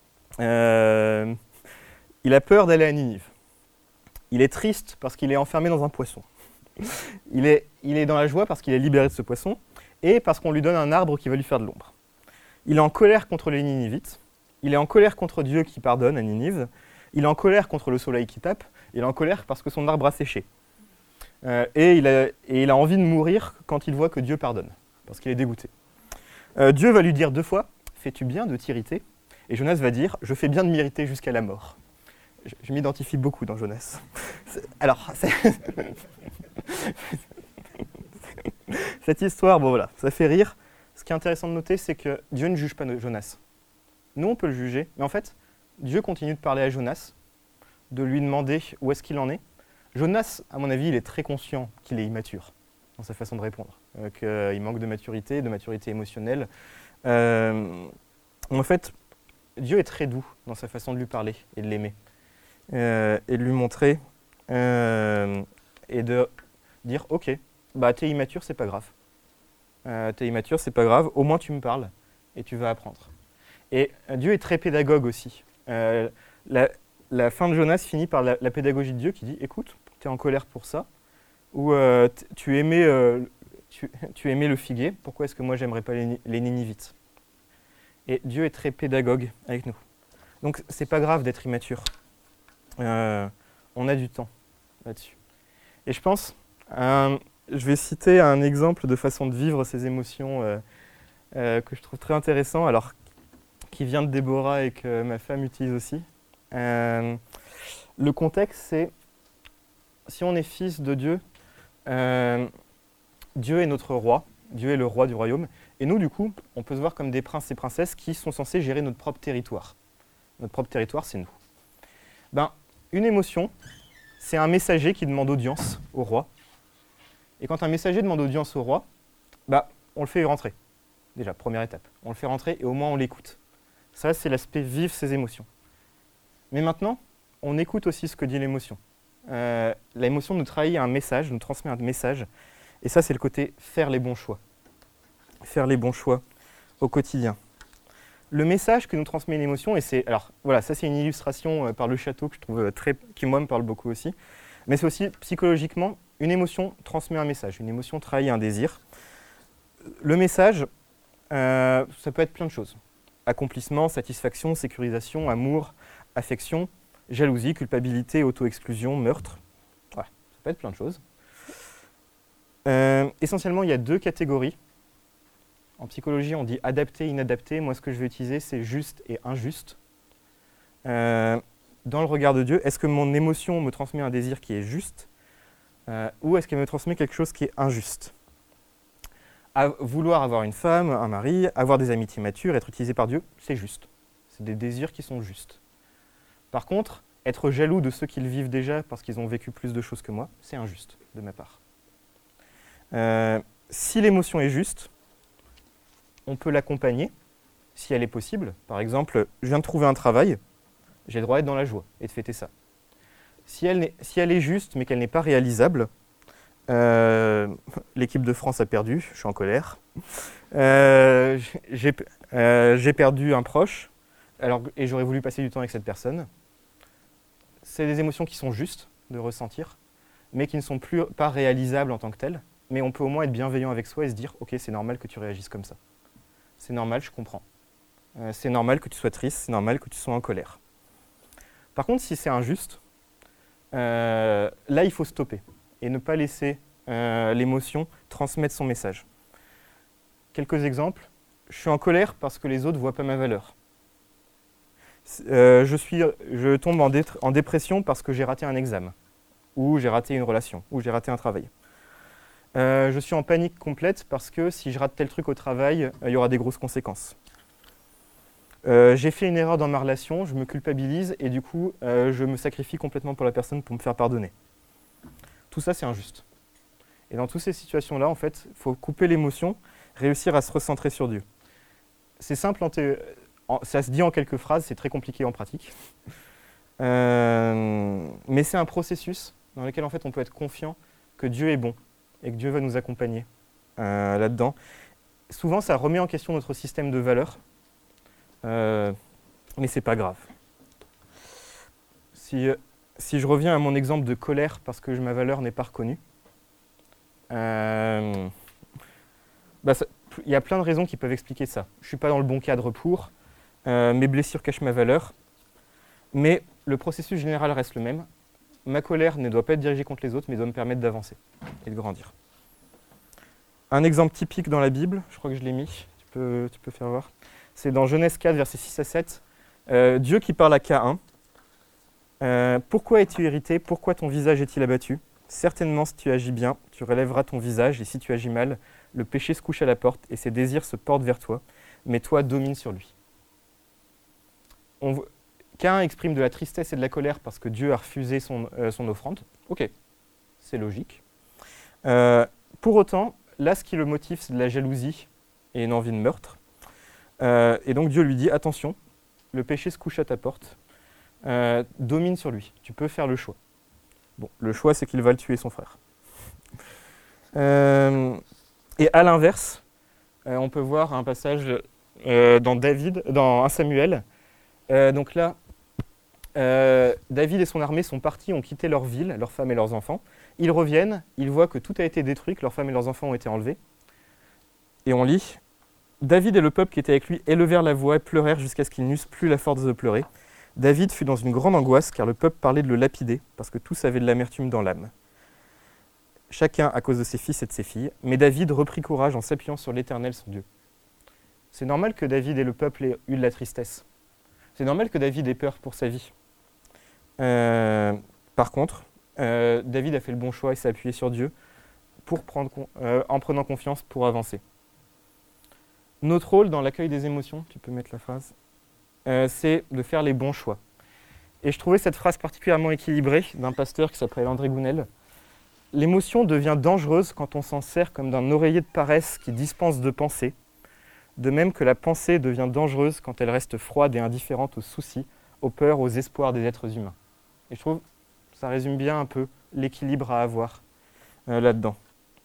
peur d'aller à Ninive. Il est triste parce qu'il est enfermé dans un poisson. Il est dans la joie parce qu'il est libéré de ce poisson et parce qu'on lui donne un arbre qui va lui faire de l'ombre. Il est en colère contre les Ninivites. Il est en colère contre Dieu qui pardonne à Ninive. Il est en colère contre le soleil qui tape. Il est en colère parce que son arbre a séché. Et il a envie de mourir quand il voit que Dieu pardonne, parce qu'il est dégoûté. Dieu va lui dire 2 fois « Fais-tu bien de t'irriter ?» Et Jonas va dire « Je fais bien de m'irriter jusqu'à la mort. » Je m'identifie beaucoup dans Jonas. Cette histoire, bon voilà, ça fait rire. Ce qui est intéressant de noter, c'est que Dieu ne juge pas Jonas. Nous, on peut le juger, mais en fait, Dieu continue de parler à Jonas, de lui demander où est-ce qu'il en est. Jonas, à mon avis, il est très conscient qu'il est immature dans sa façon de répondre, qu'il manque de maturité émotionnelle. En fait, Dieu est très doux dans sa façon de lui parler et de l'aimer, et de lui montrer, et de dire « Ok, bah, t'es immature, c'est pas grave. T'es immature, c'est pas grave, au moins tu me parles et tu vas apprendre. » Et Dieu est très pédagogue aussi. La fin de Jonas finit par la pédagogie de Dieu qui dit « Écoute, tu es en colère pour ça, ou tu aimais le figuier, pourquoi est-ce que moi j'aimerais pas les Ninivites ?» Et Dieu est très pédagogue avec nous. Donc c'est pas grave d'être immature. On a du temps là-dessus. Et je pense, je vais citer un exemple de façon de vivre ces émotions que je trouve très intéressant, alors qui vient de Déborah et que ma femme utilise aussi. Le contexte, c'est si on est fils de Dieu, Dieu est notre roi, Dieu est le roi du royaume, et nous, du coup, on peut se voir comme des princes et princesses qui sont censés gérer notre propre territoire. Notre propre territoire, c'est nous. Une émotion, c'est un messager qui demande audience au roi. Et quand un messager demande audience au roi, on le fait rentrer. Déjà, première étape. On le fait rentrer et au moins on l'écoute. Ça, c'est l'aspect vivre ses émotions. Mais maintenant, on écoute aussi ce que dit l'émotion. L'émotion nous trahit un message, nous transmet un message. Et ça, c'est le côté faire les bons choix. Faire les bons choix au quotidien. Le message que nous transmet une émotion, et c'est, alors voilà, ça c'est une illustration par le château que je trouve qui moi me parle beaucoup aussi, mais c'est aussi psychologiquement, une émotion transmet un message, une émotion trahit un désir. Le message, ça peut être plein de choses. Accomplissement, satisfaction, sécurisation, amour, affection, jalousie, culpabilité, auto-exclusion, meurtre. Voilà, ça peut être plein de choses. Essentiellement, il y a deux catégories. En psychologie, on dit adapté, inadapté. Moi, ce que je vais utiliser, c'est juste et injuste. Dans le regard de Dieu, est-ce que mon émotion me transmet un désir qui est juste ou est-ce qu'elle me transmet quelque chose qui est injuste ? Vouloir avoir une femme, un mari, avoir des amitiés matures, être utilisé par Dieu, c'est juste. C'est des désirs qui sont justes. Par contre, être jaloux de ceux qui le vivent déjà parce qu'ils ont vécu plus de choses que moi, c'est injuste de ma part. Si l'émotion est juste, on peut l'accompagner, si elle est possible. Par exemple, je viens de trouver un travail, j'ai le droit d'être dans la joie et de fêter ça. Si elle est juste, mais qu'elle n'est pas réalisable, l'équipe de France a perdu, je suis en colère. J'ai perdu un proche, et j'aurais voulu passer du temps avec cette personne. C'est des émotions qui sont justes de ressentir, mais qui ne sont pas réalisables en tant que telles. Mais on peut au moins être bienveillant avec soi et se dire « Ok, c'est normal que tu réagisses comme ça. C'est normal, je comprends. C'est normal que tu sois triste, c'est normal que tu sois en colère. » Par contre, si c'est injuste, là, il faut stopper et ne pas laisser l'émotion transmettre son message. Quelques exemples. Je suis en colère parce que les autres ne voient pas ma valeur. Je tombe en dépression parce que j'ai raté un examen, ou j'ai raté une relation, ou j'ai raté un travail. Je suis en panique complète parce que si je rate tel truc au travail, il y aura des grosses conséquences. J'ai fait une erreur dans ma relation, je me culpabilise et du coup, je me sacrifie complètement pour la personne pour me faire pardonner. Tout ça, c'est injuste. Et dans toutes ces situations-là, en fait, il faut couper l'émotion, réussir à se recentrer sur Dieu. C'est simple, ça se dit en quelques phrases, c'est très compliqué en pratique. Mais c'est un processus dans lequel en fait, on peut être confiant que Dieu est bon et que Dieu va nous accompagner là-dedans. Souvent, ça remet en question notre système de valeurs, mais ce n'est pas grave. Si je reviens à mon exemple de colère parce que ma valeur n'est pas reconnue, il y a plein de raisons qui peuvent expliquer ça. Je ne suis pas dans le bon cadre pour, mes blessures cachent ma valeur, mais le processus général reste le même. Ma colère ne doit pas être dirigée contre les autres, mais doit me permettre d'avancer et de grandir. Un exemple typique dans la Bible, je crois que je l'ai mis, tu peux faire voir. C'est dans Genèse 4, versets 6 à 7. Dieu qui parle à Caïn. Pourquoi es-tu irrité ? Pourquoi ton visage est-il abattu ? Certainement, si tu agis bien, tu relèveras ton visage, et si tu agis mal, le péché se couche à la porte, et ses désirs se portent vers toi, mais toi, domine sur lui. Caïn exprime de la tristesse et de la colère parce que Dieu a refusé son offrande. Ok, c'est logique. Pour autant, là, ce qui le motive, c'est de la jalousie et une envie de meurtre. Et donc Dieu lui dit, attention, le péché se couche à ta porte, domine sur lui, tu peux faire le choix. Bon, le choix, c'est qu'il va le tuer, son frère. Et à l'inverse, on peut voir un passage dans 1 Samuel. Donc là, David et son armée sont partis, ont quitté leur ville, leurs femmes et leurs enfants. Ils reviennent, ils voient que tout a été détruit, que leurs femmes et leurs enfants ont été enlevés. Et on lit, David et le peuple qui était avec lui élevèrent la voix et pleurèrent jusqu'à ce qu'ils n'eussent plus la force de pleurer. David fut dans une grande angoisse car le peuple parlait de le lapider parce que tous avaient de l'amertume dans l'âme. chacun à cause de ses fils et de ses filles, mais David reprit courage en s'appuyant sur l'Éternel son Dieu. C'est normal que David et le peuple aient eu de la tristesse. C'est normal que David ait peur pour sa vie. Par contre, David a fait le bon choix et s'est appuyé sur Dieu en prenant confiance pour avancer. Notre rôle dans l'accueil des émotions, tu peux mettre la phrase, c'est de faire les bons choix. Et je trouvais cette phrase particulièrement équilibrée d'un pasteur qui s'appelle André Gounel. L'émotion devient dangereuse quand on s'en sert comme d'un oreiller de paresse qui dispense de penser, de même que la pensée devient dangereuse quand elle reste froide et indifférente aux soucis, aux peurs, aux espoirs des êtres humains. Et je trouve que ça résume bien un peu l'équilibre à avoir là-dedans.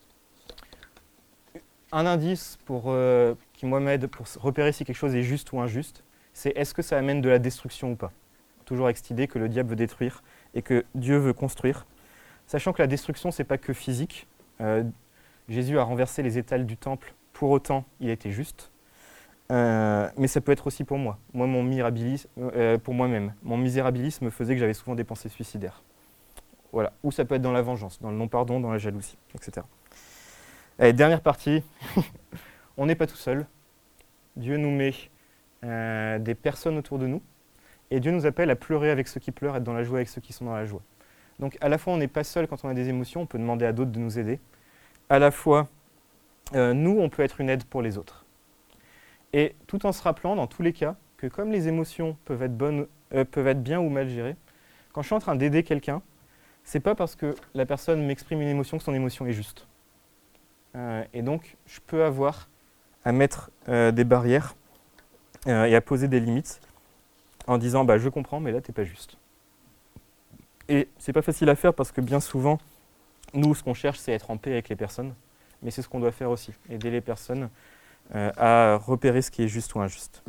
Un indice qui moi m'aide pour repérer si quelque chose est juste ou injuste, c'est est-ce que ça amène de la destruction ou pas. Toujours avec cette idée que le diable veut détruire et que Dieu veut construire. Sachant que la destruction, c'est pas que physique. Jésus a renversé les étals du temple, pour autant, il était juste. Mais ça peut être aussi pour moi. Moi, pour moi-même. Mon misérabilisme faisait que j'avais souvent des pensées suicidaires. Voilà. Ou ça peut être dans la vengeance, dans le non-pardon, dans la jalousie, etc. Allez, dernière partie. On n'est pas tout seul. Dieu nous met des personnes autour de nous. Et Dieu nous appelle à pleurer avec ceux qui pleurent, être dans la joie avec ceux qui sont dans la joie. Donc à la fois, on n'est pas seul quand on a des émotions, on peut demander à d'autres de nous aider. À la fois, nous, on peut être une aide pour les autres. Et tout en se rappelant, dans tous les cas, que comme les émotions peuvent être bien ou mal gérées, quand je suis en train d'aider quelqu'un, c'est pas parce que la personne m'exprime une émotion que son émotion est juste. Et donc, je peux avoir à mettre des barrières et à poser des limites en disant « je comprends, mais là, t'es pas juste ». Et c'est pas facile à faire parce que bien souvent, nous, ce qu'on cherche, c'est être en paix avec les personnes. Mais c'est ce qu'on doit faire aussi, aider les personnes à repérer ce qui est juste ou injuste.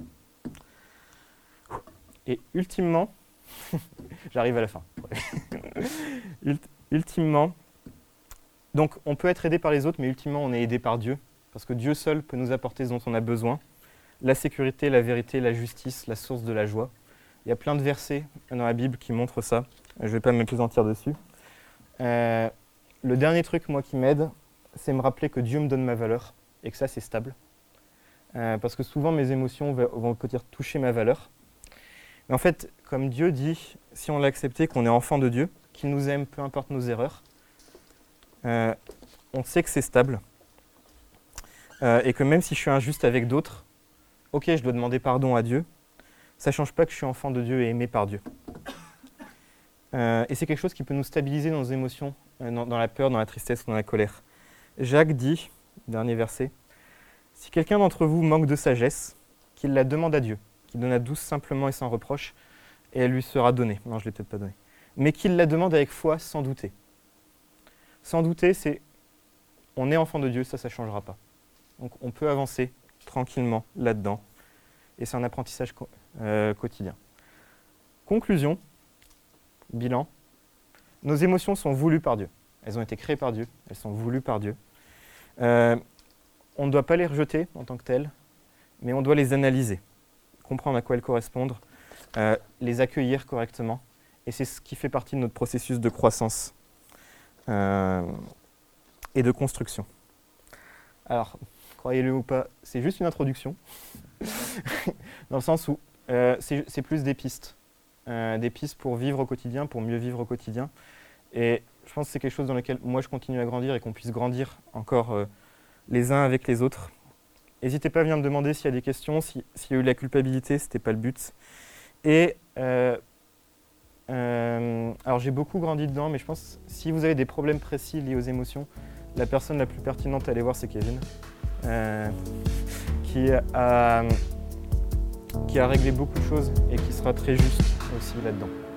Et ultimement, j'arrive à la fin. Ultimement, donc on peut être aidé par les autres, mais ultimement on est aidé par Dieu, parce que Dieu seul peut nous apporter ce dont on a besoin, la sécurité, la vérité, la justice, la source de la joie. Il y a plein de versets dans la Bible qui montrent ça. Je ne vais pas m'appesantir dessus. Le dernier truc, moi, qui m'aide, c'est me rappeler que Dieu me donne ma valeur et que ça, c'est stable. Parce que souvent, mes émotions vont peut-être toucher ma valeur. Mais en fait, comme Dieu dit, si on l'a accepté, qu'on est enfant de Dieu, qu'il nous aime, peu importe nos erreurs, on sait que c'est stable. Et que même si je suis injuste avec d'autres, ok, je dois demander pardon à Dieu, ça ne change pas que je suis enfant de Dieu et aimé par Dieu. Et c'est quelque chose qui peut nous stabiliser dans nos émotions, dans la peur, dans la tristesse, dans la colère. Jacques dit, dernier verset, « Si quelqu'un d'entre vous manque de sagesse, qu'il la demande à Dieu, qu'il donne à douce simplement et sans reproche, et elle lui sera donnée. » Non, je ne l'ai peut-être pas donnée. Mais qu'il la demande avec foi, sans douter. Sans douter, c'est on est enfant de Dieu, ça ne changera pas. Donc on peut avancer tranquillement là-dedans. Et c'est un apprentissage quotidien. Conclusion, bilan. Nos émotions sont voulues par Dieu. Elles ont été créées par Dieu, elles sont voulues par Dieu. On ne doit pas les rejeter en tant que telles, mais on doit les analyser, comprendre à quoi elles correspondent, les accueillir correctement. Et c'est ce qui fait partie de notre processus de croissance et de construction. Alors, croyez-le ou pas, c'est juste une introduction, dans le sens où c'est plus des pistes pour vivre au quotidien, pour mieux vivre au quotidien. Et je pense que c'est quelque chose dans lequel moi je continue à grandir et qu'on puisse grandir encore les uns avec les autres. N'hésitez pas à venir me demander s'il y a des questions, s'il y a eu de la culpabilité, ce n'était pas le but. Et alors j'ai beaucoup grandi dedans, mais je pense que si vous avez des problèmes précis liés aux émotions, la personne la plus pertinente à aller voir, c'est Kevin, qui a réglé beaucoup de choses et qui sera très juste aussi là-dedans.